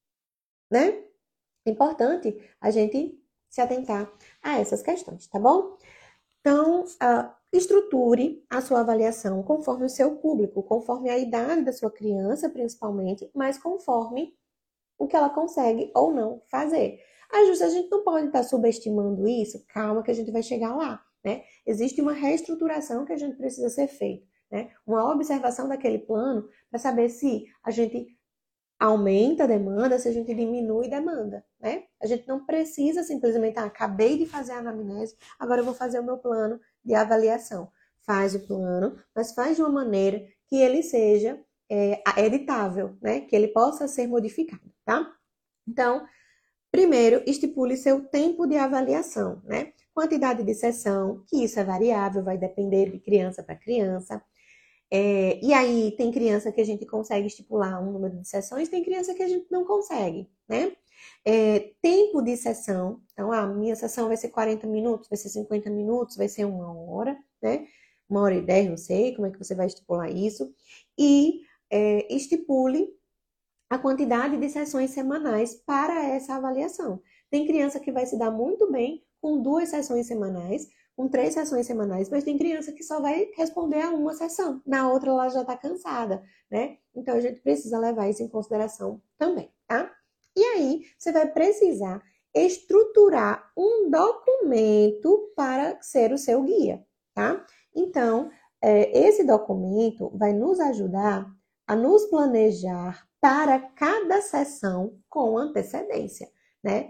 né? É importante a gente se atentar a essas questões, tá bom? Então, estruture a sua avaliação conforme o seu público, conforme a idade da sua criança, principalmente, mas conforme o que ela consegue ou não fazer. A gente não pode estar subestimando isso, calma que a gente vai chegar lá, né? Existe uma reestruturação que a gente precisa ser feita, né? Uma observação daquele plano para saber se a gente aumenta a demanda, se a gente diminui a demanda, né? A gente não precisa simplesmente, acabei de fazer a anamnese, agora eu vou fazer o meu plano de avaliação. Faz o plano, mas faz de uma maneira que ele seja editável, né? Que ele possa ser modificado, tá? Então, primeiro, estipule seu tempo de avaliação, né? Quantidade de sessão, que isso é variável, vai depender de criança para criança. E aí, tem criança que a gente consegue estipular um número de sessões, tem criança que a gente não consegue, né? Tempo de sessão, então, a minha sessão vai ser 40 minutos, vai ser 50 minutos, vai ser 1 hora, né? 1 hora e 10, não sei como é que você vai estipular isso. E estipule a quantidade de sessões semanais para essa avaliação. Tem criança que vai se dar muito bem com 2 sessões semanais, com 3 sessões semanais, mas tem criança que só vai responder a uma sessão, na outra ela já está cansada, né? Então a gente precisa levar isso em consideração também, tá? E aí você vai precisar estruturar um documento para ser o seu guia, tá? Então, esse documento vai nos ajudar a nos planejar para cada sessão com antecedência, né?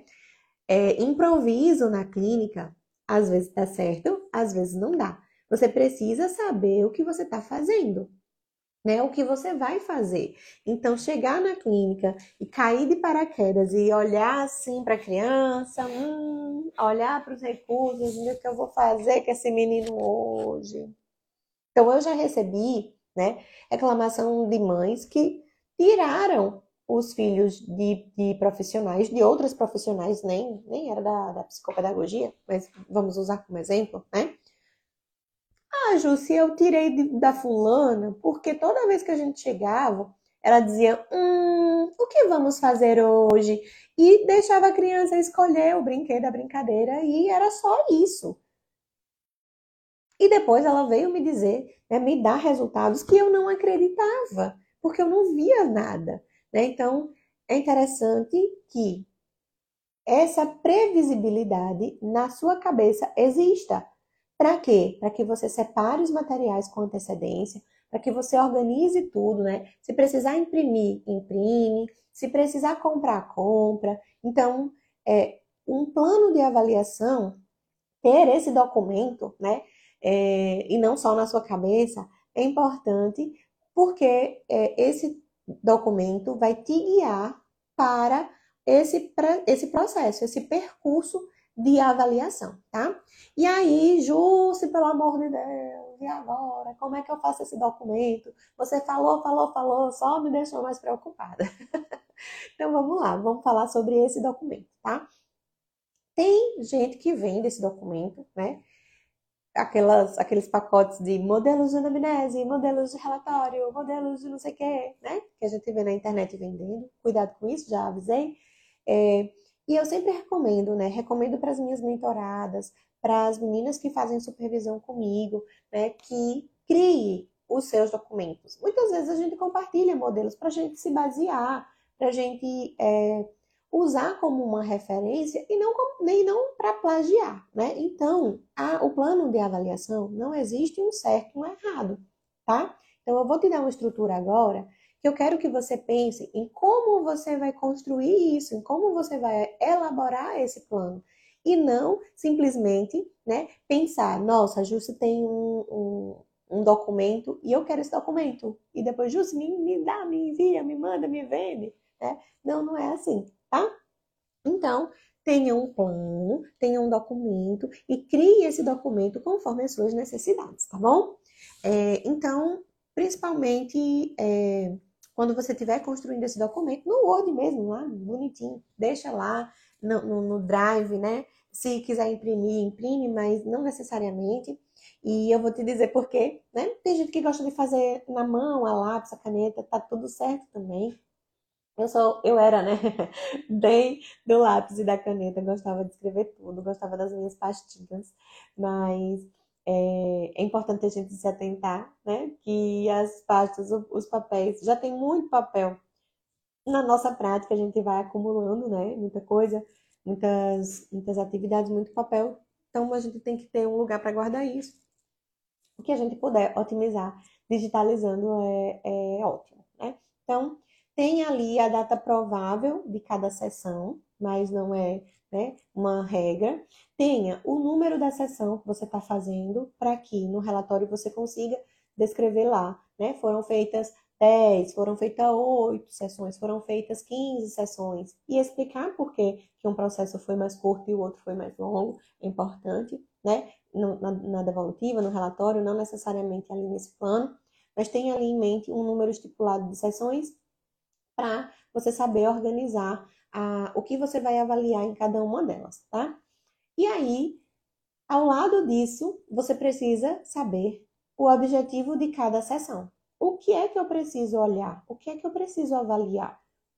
Improviso na clínica, às vezes dá certo, às vezes não dá. Você precisa saber o que você está fazendo, né? O que você vai fazer. Então, chegar na clínica e cair de paraquedas e olhar assim para a criança, olhar para os recursos, o que eu vou fazer com esse menino hoje. Então, eu já recebi, né, reclamação de mães que tiraram os filhos de profissionais, de outros profissionais, nem era da psicopedagogia, mas vamos usar como exemplo, né? Ju, se eu tirei da fulana, porque toda vez que a gente chegava, ela dizia, o que vamos fazer hoje? E deixava a criança escolher o brinquedo, a brincadeira, e era só isso. E depois ela veio me dizer, né, me dar resultados que eu não acreditava, porque eu não via nada, né? Então, é interessante que essa previsibilidade na sua cabeça exista. Para quê? Para que você separe os materiais com antecedência, para que você organize tudo, né? Se precisar imprimir, imprime. Se precisar comprar, compra. Então, um plano de avaliação, ter esse documento, né? E não só na sua cabeça, é importante porque esse documento vai te guiar para esse processo, esse percurso de avaliação, tá? E aí, Jússi, pelo amor de Deus, e agora? Como é que eu faço esse documento? Você falou, falou, falou, só me deixou mais preocupada. Então vamos lá, vamos falar sobre esse documento, tá? Tem gente que vende esse documento, né? aqueles pacotes de modelos de anamnese, modelos de relatório, modelos de não sei o quê, né? Que a gente vê na internet vendendo. Cuidado com isso, já avisei. É, e eu sempre recomendo, né? Recomendo para as minhas mentoradas, para as meninas que fazem supervisão comigo, né? Que crie os seus documentos. Muitas vezes a gente compartilha modelos para a gente se basear, para a gente usar como uma referência e não para plagiar, né? Então, o plano de avaliação não existe um certo e um errado, tá? Então, eu vou te dar uma estrutura agora que eu quero que você pense em como você vai construir isso, em como você vai elaborar esse plano. E não simplesmente, né, pensar, nossa, a Jússia tem um documento e eu quero esse documento. E depois, Jússia, me dá, me envia, me manda, me vende. Né? Não, não é assim, tá? Então, tenha um plano, tenha um documento e crie esse documento conforme as suas necessidades, tá bom? Então, principalmente quando você estiver construindo esse documento, no Word mesmo, lá, bonitinho, deixa lá no Drive, né? Se quiser imprimir, imprime, mas não necessariamente. E eu vou te dizer por quê, né? Tem gente que gosta de fazer na mão, a lápis, a caneta, tá tudo certo também. Eu era, né? Bem do lápis e da caneta, gostava de escrever tudo, gostava das minhas pastinhas, mas é importante a gente se atentar, né? Que as pastas, os papéis, já tem muito papel na nossa prática, a gente vai acumulando, né? Muita coisa, muitas atividades, muito papel, então a gente tem que ter um lugar para guardar isso. O que a gente puder otimizar digitalizando é ótimo, né? Então, tem ali a data provável de cada sessão, mas não é, né, uma regra. Tenha o número da sessão que você está fazendo para que no relatório você consiga descrever lá, né? Foram feitas 10, foram feitas 8 sessões, foram feitas 15 sessões. E explicar por que um processo foi mais curto e o outro foi mais longo é importante, né? Na devolutiva, no relatório, não necessariamente ali nesse plano, mas tenha ali em mente um número estipulado de sessões para você saber organizar o que você vai avaliar em cada uma delas, tá? E aí, ao lado disso, você precisa saber o objetivo de cada sessão. O que é que eu preciso olhar? O que é que eu preciso avaliar?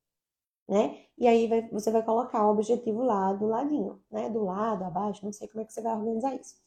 Né? E aí você vai colocar o objetivo lá do ladinho, né? Do lado, abaixo, não sei como é que você vai organizar isso.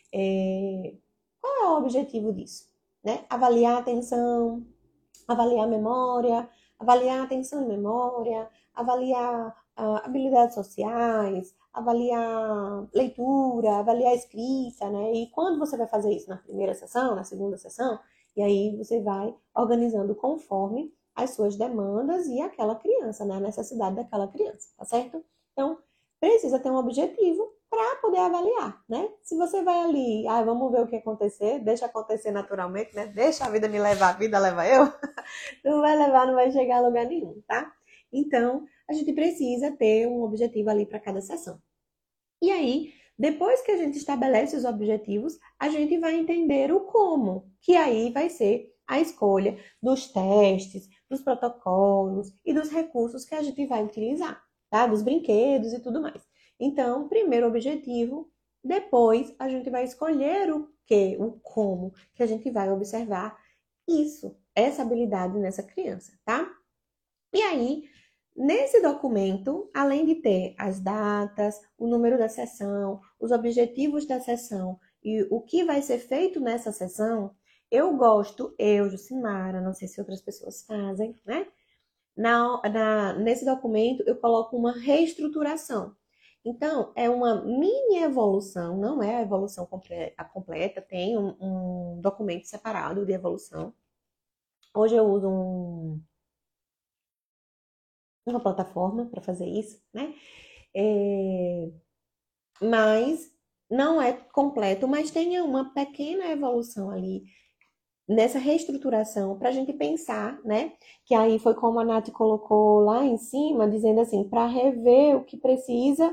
Qual é o objetivo disso? Né? Avaliar a atenção, avaliar a memória, avaliar a atenção e memória, avaliar habilidades sociais, avaliar leitura, avaliar escrita, né? E quando você vai fazer isso? Na primeira sessão, na segunda sessão? E aí você vai organizando conforme as suas demandas e aquela criança, né? A necessidade daquela criança, tá certo? Então, precisa ter um objetivo para poder avaliar, né? Se você vai ali, vamos ver o que acontecer, deixa acontecer naturalmente, né? Deixa a vida me levar, a vida leva eu. Não vai levar, não vai chegar a lugar nenhum, tá? Então, a gente precisa ter um objetivo ali para cada sessão. E aí, depois que a gente estabelece os objetivos, a gente vai entender o como, que aí vai ser a escolha dos testes, dos protocolos e dos recursos que a gente vai utilizar, tá? Dos brinquedos e tudo mais. Então, primeiro objetivo, depois a gente vai escolher o que, o como, que a gente vai observar isso, essa habilidade nessa criança, tá? E aí, nesse documento, além de ter as datas, o número da sessão, os objetivos da sessão e o que vai ser feito nessa sessão, eu, Jucimara, não sei se outras pessoas fazem, né? Nesse documento, eu coloco uma reestruturação. Então, é uma mini evolução, não é a evolução completa, tem um documento separado de evolução. Hoje eu uso uma plataforma para fazer isso, né? Mas não é completo, mas tem uma pequena evolução ali nessa reestruturação para a gente pensar, né? Que aí foi como a Nath colocou lá em cima, dizendo assim, para rever o que precisa,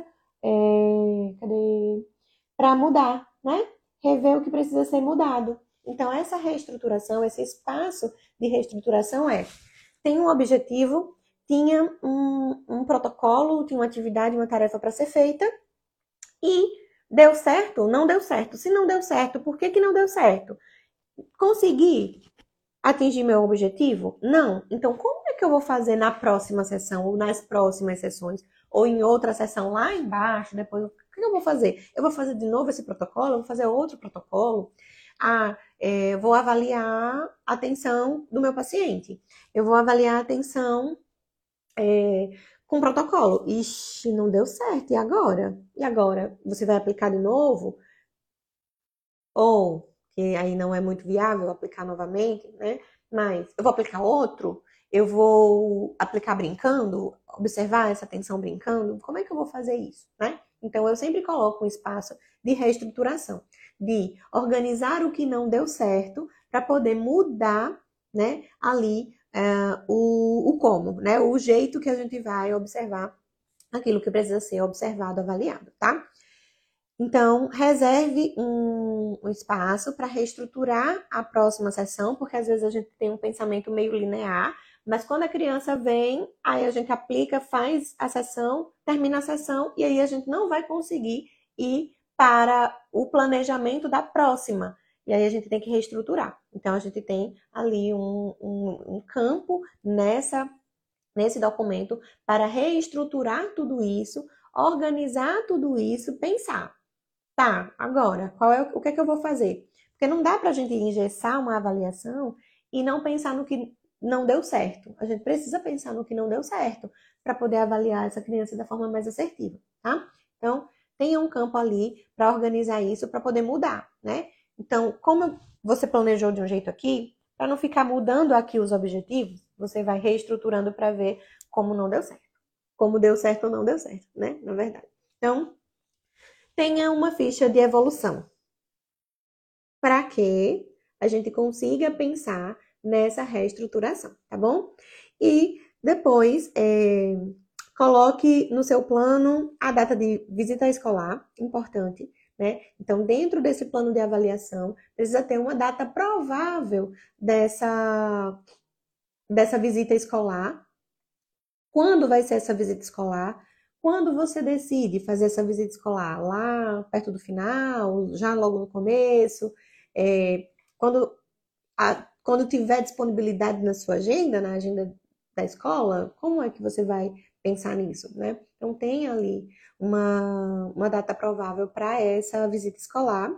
cadê? Para mudar, né? Rever o que precisa ser mudado. Então, essa reestruturação, esse espaço de reestruturação tem um objetivo, tinha um protocolo, tinha uma atividade, uma tarefa para ser feita, e Deu certo? Não deu certo. Se não deu certo, por que que não deu certo? Consegui atingir meu objetivo? Não. Então, como é que eu vou fazer na próxima sessão, ou nas próximas sessões, ou em outra sessão lá embaixo, depois, o que eu vou fazer? Eu vou fazer de novo esse protocolo? Eu vou fazer outro protocolo? Vou avaliar a atenção do meu paciente. Eu vou avaliar a atenção com protocolo. Ixi, não deu certo. E agora? E agora? Você vai aplicar de novo? Ou, que aí não é muito viável aplicar novamente, né? Mas eu vou aplicar outro? Eu vou aplicar brincando? Observar essa atenção brincando? Como é que eu vou fazer isso, né? Então, eu sempre coloco um espaço de reestruturação, de organizar o que não deu certo para poder mudar, né, ali o como, né? O jeito que a gente vai observar aquilo que precisa ser observado, avaliado, tá? Então, reserve um espaço para reestruturar a próxima sessão, porque às vezes a gente tem um pensamento meio linear, mas quando a criança vem, aí a gente aplica, faz a sessão, termina a sessão, e aí a gente não vai conseguir ir para o planejamento da próxima. E aí a gente tem que reestruturar. Então, a gente tem ali um campo nesse documento para reestruturar tudo isso, organizar tudo isso, pensar. Tá, agora, o que é que eu vou fazer? Porque não dá para a gente engessar uma avaliação e não pensar no que não deu certo. A gente precisa pensar no que não deu certo para poder avaliar essa criança da forma mais assertiva, tá? Então, tenha um campo ali para organizar isso, para poder mudar, né? Então, como você planejou de um jeito aqui, para não ficar mudando aqui os objetivos, você vai reestruturando para ver como não deu certo. Como deu certo ou não deu certo, né? Na verdade. Então, tenha uma ficha de evolução para que a gente consiga pensar nessa reestruturação, tá bom? E depois coloque no seu plano a data de visita escolar, importante, né? Então, dentro desse plano de avaliação, precisa ter uma data provável dessa visita escolar. Quando vai ser essa visita escolar? Quando você decide fazer essa visita escolar? Lá perto do final, já logo no começo? É, quando, quando tiver disponibilidade na sua agenda, na agenda da escola, como é que você vai pensar nisso, né? Então, tem ali uma data provável para essa visita escolar.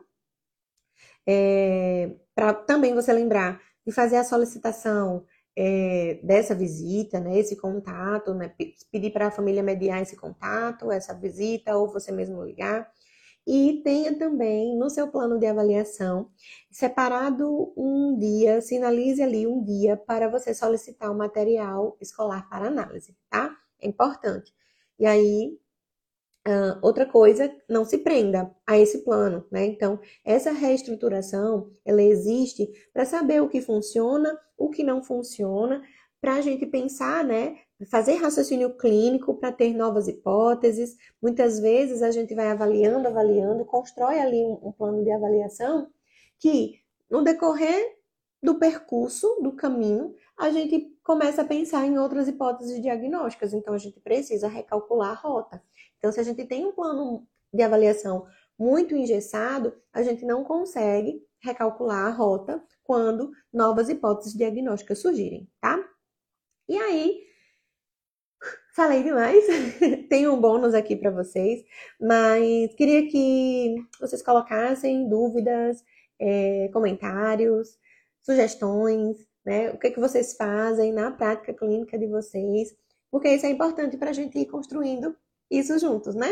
Para também você lembrar de fazer a solicitação dessa visita, né, esse contato, né, pedir para a família mediar esse contato, essa visita, ou você mesmo ligar. E tenha também no seu plano de avaliação separado um dia, sinalize ali um dia para você solicitar o material escolar para análise, tá? É importante. E aí, outra coisa, não se prenda a esse plano, né? Então, essa reestruturação, ela existe para saber o que funciona, o que não funciona, para a gente pensar, né? Fazer raciocínio clínico para ter novas hipóteses. Muitas vezes a gente vai avaliando, constrói ali um plano de avaliação que, no decorrer do percurso, do caminho, a gente começa a pensar em outras hipóteses diagnósticas. Então, a gente precisa recalcular a rota. Então, se a gente tem um plano de avaliação muito engessado, a gente não consegue recalcular a rota quando novas hipóteses diagnósticas surgirem, tá? E aí, falei demais, tem um bônus aqui para vocês, mas queria que vocês colocassem dúvidas, comentários, sugestões, né? O que que vocês fazem na prática clínica de vocês, porque isso é importante para a gente ir construindo isso juntos, né?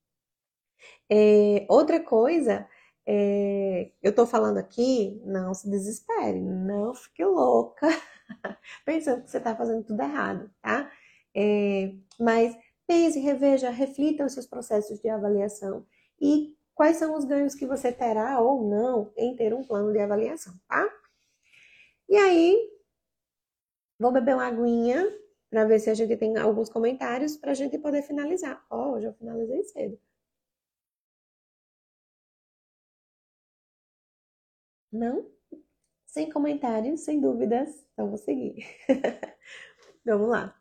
Outra coisa, eu tô falando aqui, não se desespere, não fique louca, pensando que você tá fazendo tudo errado, tá? Mas pense, reveja, reflita os seus processos de avaliação e quais são os ganhos que você terá ou não em ter um plano de avaliação, tá? E aí, vou beber uma aguinha para ver se a gente tem alguns comentários para a gente poder finalizar. Ó, hoje eu finalizei cedo. Não? Sem comentários, sem dúvidas. Então, vou seguir. Vamos lá.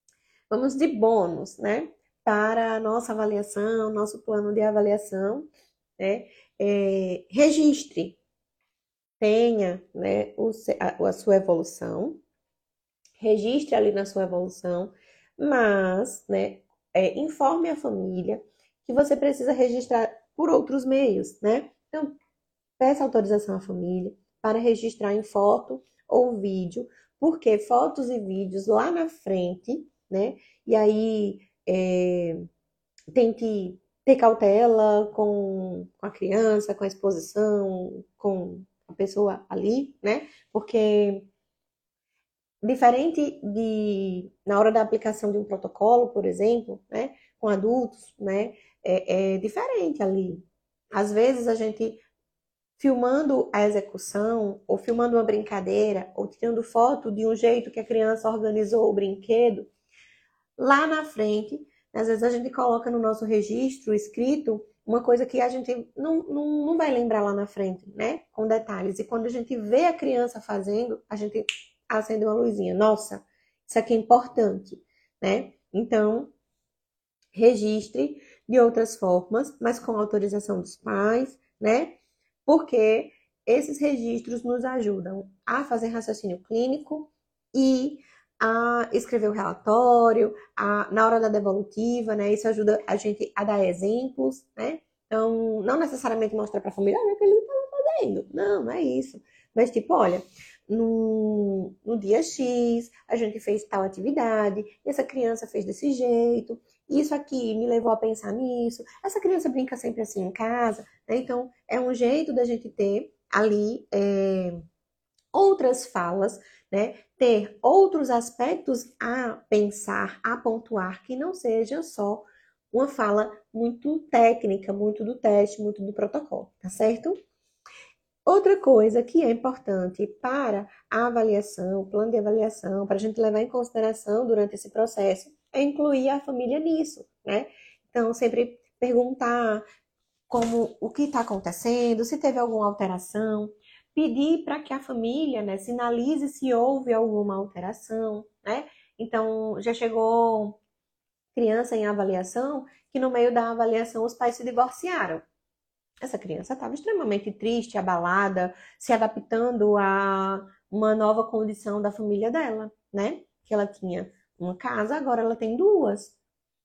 Vamos de bônus, né? Para a nossa avaliação, nosso plano de avaliação. né? Registre, tenha, né, a sua evolução, registre ali na sua evolução, mas, né, informe a família que você precisa registrar por outros meios, né? Então, peça autorização à família para registrar em foto ou vídeo, porque fotos e vídeos lá na frente, né? E aí tente ter cautela com a criança, com a exposição, com a pessoa ali, né? Porque diferente de na hora da aplicação de um protocolo, por exemplo, né, com adultos, né, é diferente ali. Às vezes a gente filmando a execução, ou filmando uma brincadeira, ou tirando foto de um jeito que a criança organizou o brinquedo, lá na frente, às vezes a gente coloca no nosso registro escrito uma coisa que a gente não vai lembrar lá na frente, né? Com detalhes. E quando a gente vê a criança fazendo, a gente acende uma luzinha. Nossa, isso aqui é importante, né? Então, registre de outras formas, mas com autorização dos pais, né? Porque esses registros nos ajudam a fazer raciocínio clínico e a escrever o relatório, na hora da devolutiva, né? Isso ajuda a gente a dar exemplos, né? Então, não necessariamente mostrar para a família, olha o que ele está fazendo. Não é isso. Mas, tipo, olha, no dia X, a gente fez tal atividade, e essa criança fez desse jeito, isso aqui me levou a pensar nisso, essa criança brinca sempre assim em casa, né? Então, é um jeito da gente ter ali outras falas, né? Ter outros aspectos a pensar, a pontuar, que não seja só uma fala muito técnica, muito do teste, muito do protocolo, tá certo? Outra coisa que é importante para a avaliação, o plano de avaliação, para a gente levar em consideração durante esse processo, é incluir a família nisso, né? Então, sempre perguntar como o que está acontecendo, se teve alguma alteração, pedir para que a família, né, sinalize se houve alguma alteração, né? Então, já chegou criança em avaliação que no meio da avaliação os pais se divorciaram. Essa criança estava extremamente triste, abalada, se adaptando a uma nova condição da família dela, né? Que ela tinha uma casa, agora ela tem duas.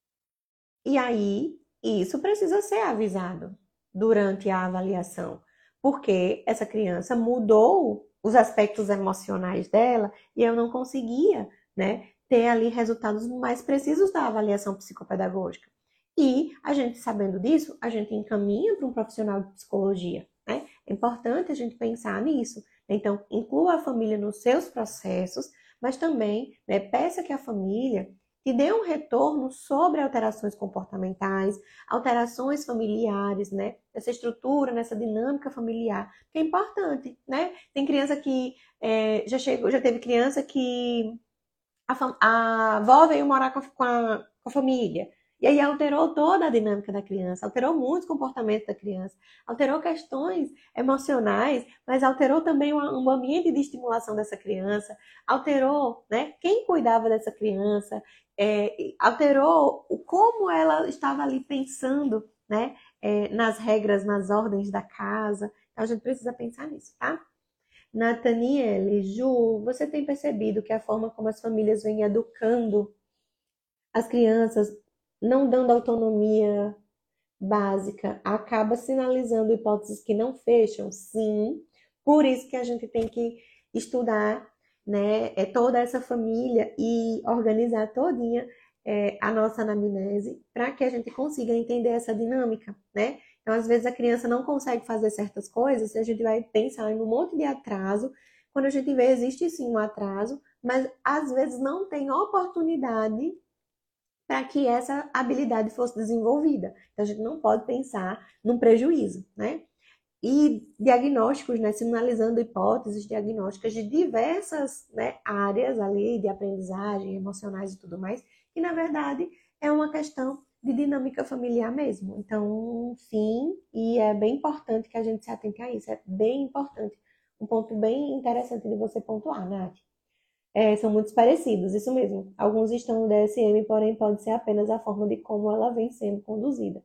E aí, isso precisa ser avisado durante a avaliação, porque essa criança mudou os aspectos emocionais dela e eu não conseguia, né, ter ali resultados mais precisos da avaliação psicopedagógica. E a gente sabendo disso, a gente encaminha para um profissional de psicologia, né? É importante a gente pensar nisso. Então, inclua a família nos seus processos, mas também, né, peça que a família te dê um retorno sobre alterações comportamentais, alterações familiares, né? Nessa estrutura, nessa dinâmica familiar, que é importante, né? Tem criança que já teve criança que a avó veio morar com a família. E aí alterou toda a dinâmica da criança, alterou muito o comportamento da criança, alterou questões emocionais, mas alterou também um ambiente de estimulação dessa criança, alterou, né, quem cuidava dessa criança, alterou como ela estava ali pensando, né, nas regras, nas ordens da casa. Então a gente precisa pensar nisso, tá? Nathaniele, Ju, você tem percebido que a forma como as famílias vêm educando as crianças, não dando autonomia básica, acaba sinalizando hipóteses que não fecham? Sim, por isso que a gente tem que estudar, né, toda essa família e organizar todinha a nossa anamnese para que a gente consiga entender essa dinâmica, né? Então, às vezes a criança não consegue fazer certas coisas e a gente vai pensar em um monte de atraso. Quando a gente vê, existe sim um atraso, mas às vezes não tem oportunidade para que essa habilidade fosse desenvolvida. Então, a gente não pode pensar num prejuízo, né? E diagnósticos, né, sinalizando hipóteses diagnósticas de diversas, né, áreas ali de aprendizagem, emocionais e tudo mais, que na verdade é uma questão de dinâmica familiar mesmo. Então, sim, e é bem importante que a gente se atente a isso, é bem importante. Um ponto bem interessante de você pontuar, Nath. São muito parecidos, isso mesmo. Alguns estão no DSM, porém pode ser apenas a forma de como ela vem sendo conduzida.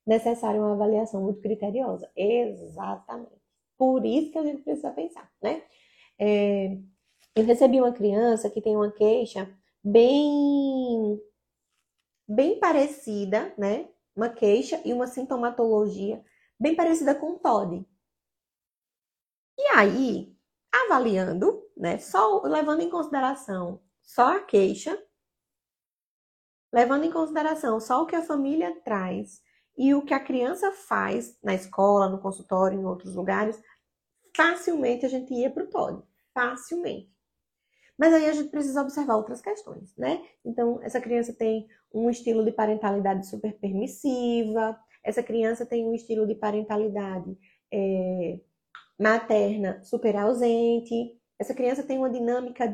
necessária uma avaliação muito criteriosa. Exatamente. Por isso que a gente precisa pensar, né? É, eu recebi uma criança que tem uma queixa bem, bem parecida, né? Uma queixa e uma sintomatologia bem parecida com o TOD. E aí, avaliando, né? Só levando em consideração só a queixa, levando em consideração só o que a família traz e o que a criança faz na escola, no consultório, em outros lugares, facilmente a gente ia para o TOD. Facilmente. Mas aí a gente precisa observar outras questões, né? Então, essa criança tem um estilo de parentalidade super permissiva, essa criança tem um estilo de parentalidade materna super ausente, essa criança tem uma dinâmica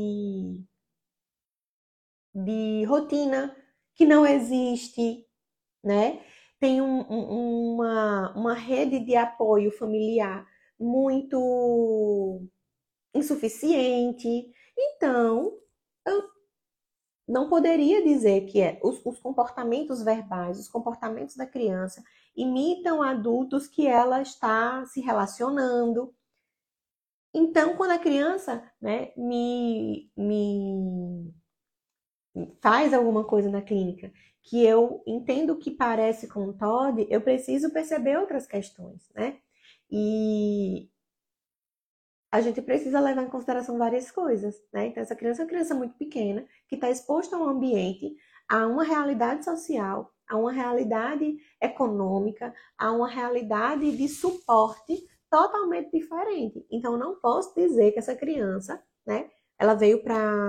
de rotina que não existe, né? Tem uma rede de apoio familiar muito insuficiente. Então, eu não poderia dizer que os comportamentos verbais, os comportamentos da criança imitam adultos que ela está se relacionando. Então, quando a criança, né, me faz alguma coisa na clínica que eu entendo que parece com o TOD, eu preciso perceber outras questões, né? E a gente precisa levar em consideração várias coisas, né? Então, essa criança é uma criança muito pequena, que está exposta a um ambiente, a uma realidade social, a uma realidade econômica, a uma realidade de suporte totalmente diferente. Então, eu não posso dizer que essa criança, né, ela veio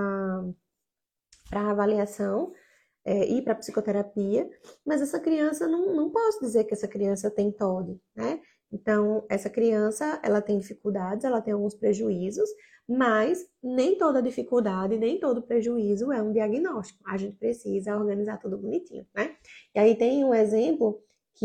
para avaliação ir para psicoterapia, mas essa criança não posso dizer que essa criança tem TOD, né? Então, essa criança, ela tem dificuldades, ela tem alguns prejuízos, mas nem toda dificuldade, nem todo prejuízo é um diagnóstico. A gente precisa organizar tudo bonitinho, né? E aí tem um exemplo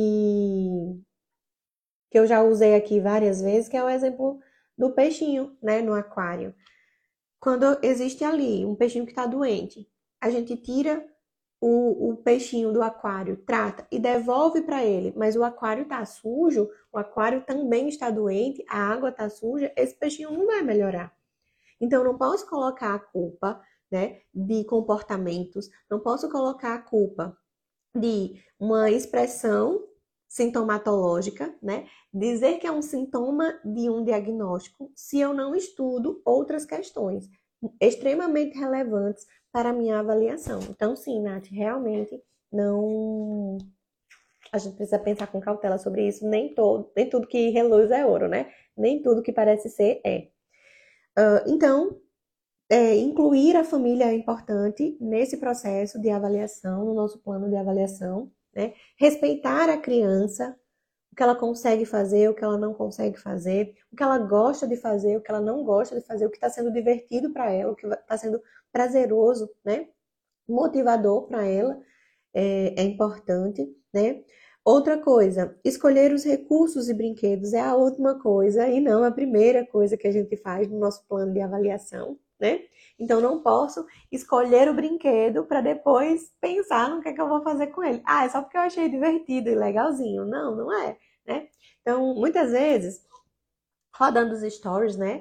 que eu já usei aqui várias vezes, que é o exemplo do peixinho, né, no aquário. Quando existe ali um peixinho que está doente, a gente tira o peixinho do aquário, trata e devolve para ele, mas o aquário está sujo, o aquário também está doente, a água está suja, esse peixinho não vai melhorar. Então, eu não posso colocar a culpa, né, de comportamentos, não posso colocar a culpa de uma expressão sintomatológica, né? Dizer que é um sintoma de um diagnóstico se eu não estudo outras questões extremamente relevantes para a minha avaliação. Então, sim, Nath, realmente não. A gente precisa pensar com cautela sobre isso. Nem tudo que reluz é ouro, né? Nem tudo que parece ser é. Então, incluir a família é importante nesse processo de avaliação, no nosso plano de avaliação, né? Respeitar a criança, o que ela consegue fazer, o que ela não consegue fazer, o que ela gosta de fazer, o que ela não gosta de fazer, o que está sendo divertido para ela, o que está sendo prazeroso, né? Motivador para ela é importante, né? Outra coisa, escolher os recursos e brinquedos é a última coisa e não a primeira coisa que a gente faz no nosso plano de avaliação, né? Então, não posso escolher o brinquedo para depois pensar no que é que eu vou fazer com ele. Ah, é só porque eu achei divertido e legalzinho. Não, não é, né? Então, muitas vezes, rodando os stories, né?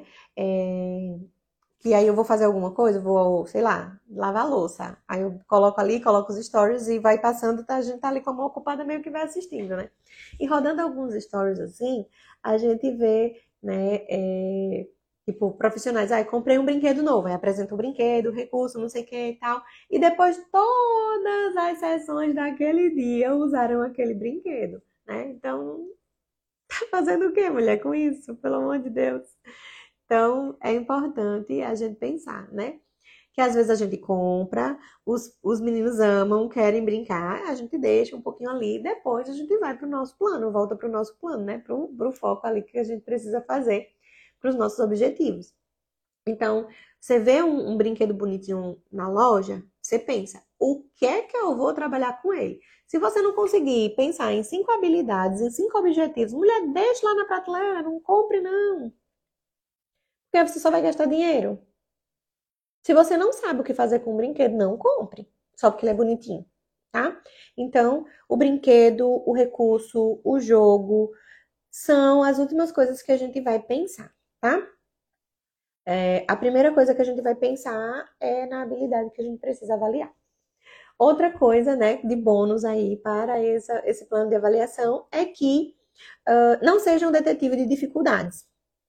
E aí eu vou fazer alguma coisa, vou, sei lá, lavar a louça. Aí eu coloco ali, coloco os stories e vai passando, tá, a gente tá ali como ocupada meio que vai assistindo, né? E rodando alguns stories assim, a gente vê, né, tipo, profissionais, ah, comprei um brinquedo novo, aí apresenta o brinquedo, o recurso, não sei o que e tal. E depois todas as sessões daquele dia usaram aquele brinquedo, né? Então, tá fazendo o quê, mulher, com isso? Pelo amor de Deus. Então, é importante a gente pensar, né? Que às vezes a gente compra, os meninos amam, querem brincar, a gente deixa um pouquinho ali, depois a gente vai para o nosso plano, volta para o nosso plano, né? Para o foco ali que a gente precisa fazer para os nossos objetivos. Então, você vê um brinquedo bonitinho na loja, você pensa, o que é que eu vou trabalhar com ele? Se você não conseguir pensar em 5 habilidades, em 5 objetivos, mulher, deixa lá na prateleira, não compre não. Porque você só vai gastar dinheiro. Se você não sabe o que fazer com o brinquedo, não compre. Só porque ele é bonitinho, tá? Então, o brinquedo, o recurso, o jogo são as últimas coisas que a gente vai pensar, tá? A primeira coisa que a gente vai pensar é na habilidade que a gente precisa avaliar. Outra coisa, né, de bônus aí para esse plano de avaliação é que não seja um detetive de dificuldades.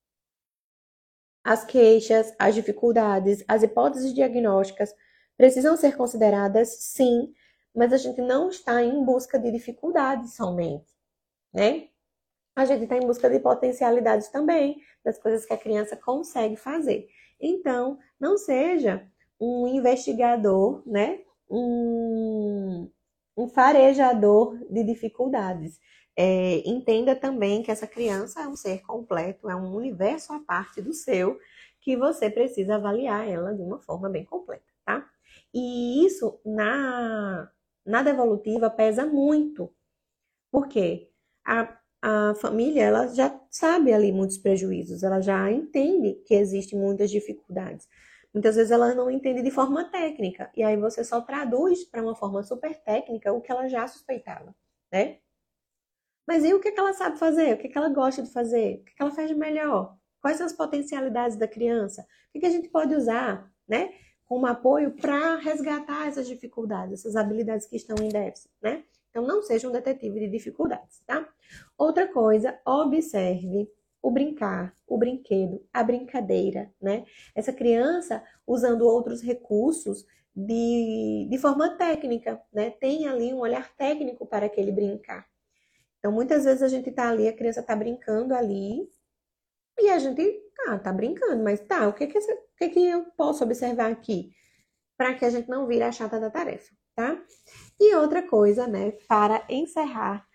As queixas, as dificuldades, as hipóteses diagnósticas precisam ser consideradas, sim, mas a gente não está em busca de dificuldades somente, né? A gente está em busca de potencialidades também, das coisas que a criança consegue fazer. Então, não seja um investigador, né? Um farejador de dificuldades. Entenda também que essa criança é um ser completo, é um universo à parte do seu, que você precisa avaliar ela de uma forma bem completa, tá? E isso na devolutiva pesa muito. Por quê? A família, ela já sabe ali muitos prejuízos, ela já entende que existem muitas dificuldades. Muitas vezes ela não entende de forma técnica, e aí você só traduz para uma forma super técnica o que ela já suspeitava, né? Mas e o que ela sabe fazer? O que ela gosta de fazer? O que ela faz de melhor? Quais são as potencialidades da criança? O que a gente pode usar, né, como apoio para resgatar essas dificuldades, essas habilidades que estão em déficit, né? Então, não seja um detetive de dificuldades, tá? Outra coisa, observe o brincar, o brinquedo, a brincadeira, né? Essa criança usando outros recursos de forma técnica, né? Tem ali um olhar técnico para aquele brincar. Então, muitas vezes a gente tá ali, a criança tá brincando ali, e a gente, tá brincando, mas tá, o que que eu posso observar aqui? Para que a gente não vire a chata da tarefa, tá? E outra coisa, né, para encerrar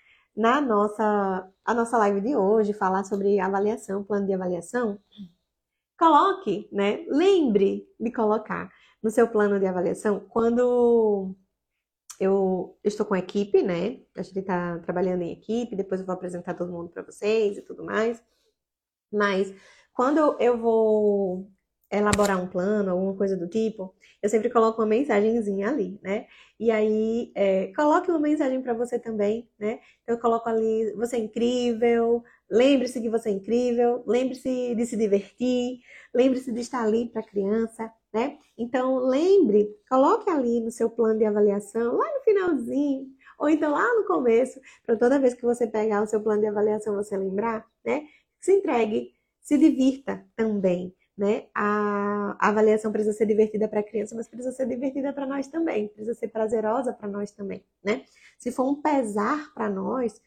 a nossa live de hoje, falar sobre avaliação, plano de avaliação, coloque, né, lembre de colocar no seu plano de avaliação quando eu estou com a equipe, né? A gente está trabalhando em equipe, depois eu vou apresentar todo mundo para vocês e tudo mais. Mas quando eu vou elaborar um plano, alguma coisa do tipo, eu sempre coloco uma mensagenzinha ali, né? E aí, coloque uma mensagem para você também, né? Então, eu coloco ali, você é incrível, lembre-se que você é incrível, lembre-se de se divertir, lembre-se de estar ali para a criança, né? Então, lembre, coloque ali no seu plano de avaliação, lá no finalzinho, ou então lá no começo, para toda vez que você pegar o seu plano de avaliação, você lembrar, né? Se entregue, se divirta também, né? A avaliação precisa ser divertida para a criança, mas precisa ser divertida para nós também, precisa ser prazerosa para nós também, né? Se for um pesar para nós,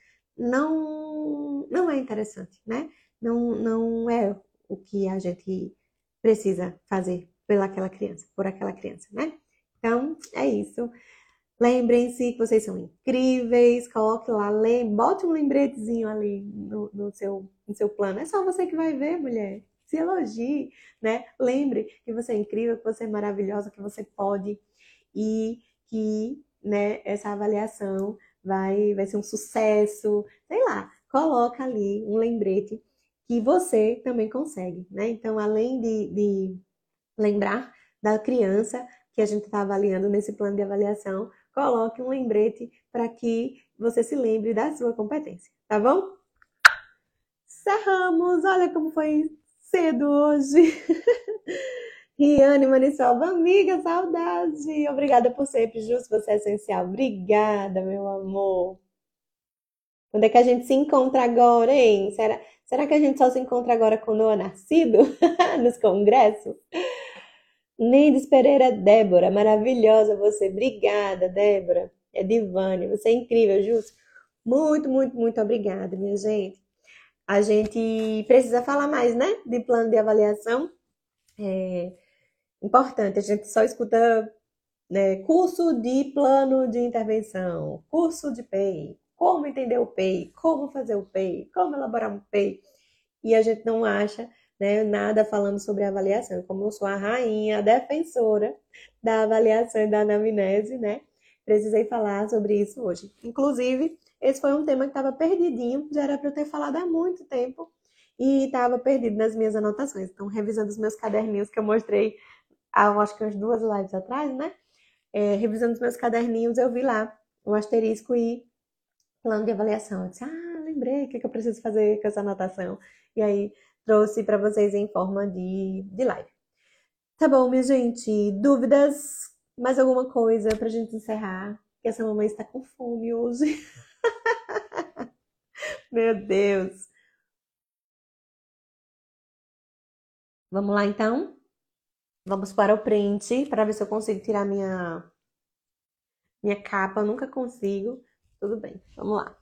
não é interessante, né? Não é o que a gente precisa fazer pelaquela criança, por aquela criança, né? Então, é isso. Lembrem-se que vocês são incríveis, coloque lá, bote um lembretezinho ali no seu plano. É só você que vai ver, mulher. Se elogie, né? Lembre que você é incrível, que você é maravilhosa, que você pode e que, né, essa avaliação vai ser um sucesso. Sei lá, coloca ali um lembrete que você também consegue, né? Então, além de lembrar da criança que a gente está avaliando nesse plano de avaliação, coloque um lembrete para que você se lembre da sua competência, tá bom? Cerramos! Olha como foi cedo hoje! Riane Maniçoba, amiga, saudade! Obrigada por sempre, Justo, você é essencial. Obrigada, meu amor! Quando é que a gente se encontra agora, hein? Será que a gente só se encontra agora quando eu nascido? Nos congressos? Mendes Pereira, Débora, maravilhosa você. Obrigada, Débora. É Divane, você é incrível, Júcio. Muito, muito, muito obrigada, minha gente. A gente precisa falar mais, né? De plano de avaliação. É importante, a gente só escuta, né, curso de plano de intervenção, curso de PEI, como entender o PEI, como fazer o PEI, como elaborar um PEI. E a gente não acha, né, nada falando sobre avaliação. Como eu sou a rainha, a defensora da avaliação e da anamnese, né? Precisei falar sobre isso hoje. Inclusive, esse foi um tema que estava perdidinho, já era para eu ter falado há muito tempo e estava perdido nas minhas anotações. Então, revisando os meus caderninhos que eu mostrei há, acho que umas 2 lives atrás, né? Revisando os meus caderninhos, eu vi lá um asterisco e plano de avaliação. Eu disse, lembrei o que eu preciso fazer com essa anotação. E aí, trouxe para vocês em forma de live. Tá bom, minha gente. Dúvidas? Mais alguma coisa pra gente encerrar? Que essa mamãe está com fome hoje. Meu Deus. Vamos lá, então? Vamos para o print para ver se eu consigo tirar minha capa. Eu nunca consigo. Tudo bem, vamos lá.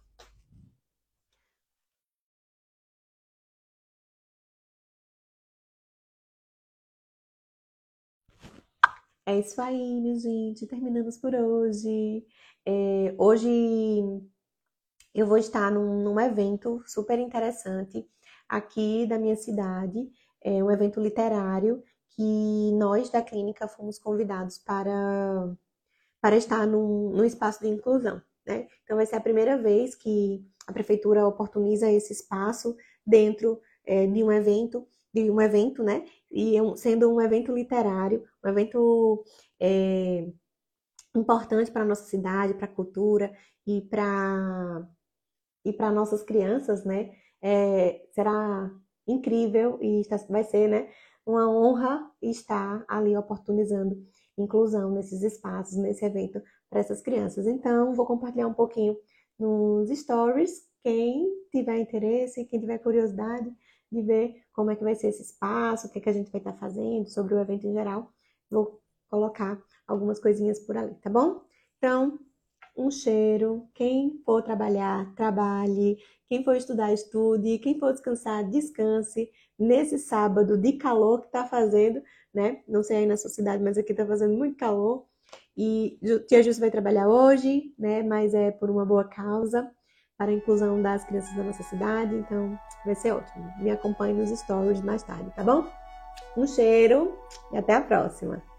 É isso aí, minha gente. Terminamos por hoje. Hoje eu vou estar num evento super interessante aqui da minha cidade. É um evento literário que nós da clínica fomos convidados para estar num espaço de inclusão, né? Então vai ser a primeira vez que a prefeitura oportuniza esse espaço dentro de um evento, né? E sendo um evento literário, um evento importante para a nossa cidade, para a cultura e para nossas crianças, né? Será incrível e vai ser, né, uma honra estar ali oportunizando inclusão nesses espaços, nesse evento para essas crianças. Então, vou compartilhar um pouquinho nos stories. Quem tiver interesse, quem tiver curiosidade de ver como é que vai ser esse espaço, o que é que a gente vai estar fazendo sobre o evento em geral, vou colocar algumas coisinhas por ali, tá bom? Então, um cheiro. Quem for trabalhar, trabalhe. Quem for estudar, estude. Quem for descansar, descanse. Nesse sábado de calor que tá fazendo, né? Não sei aí na sua cidade, mas aqui tá fazendo muito calor. E Tia Júcia vai trabalhar hoje, né? Mas é por uma boa causa, para a inclusão das crianças da nossa cidade. Então, vai ser ótimo. Me acompanhe nos stories mais tarde, tá bom? Um cheiro e até a próxima!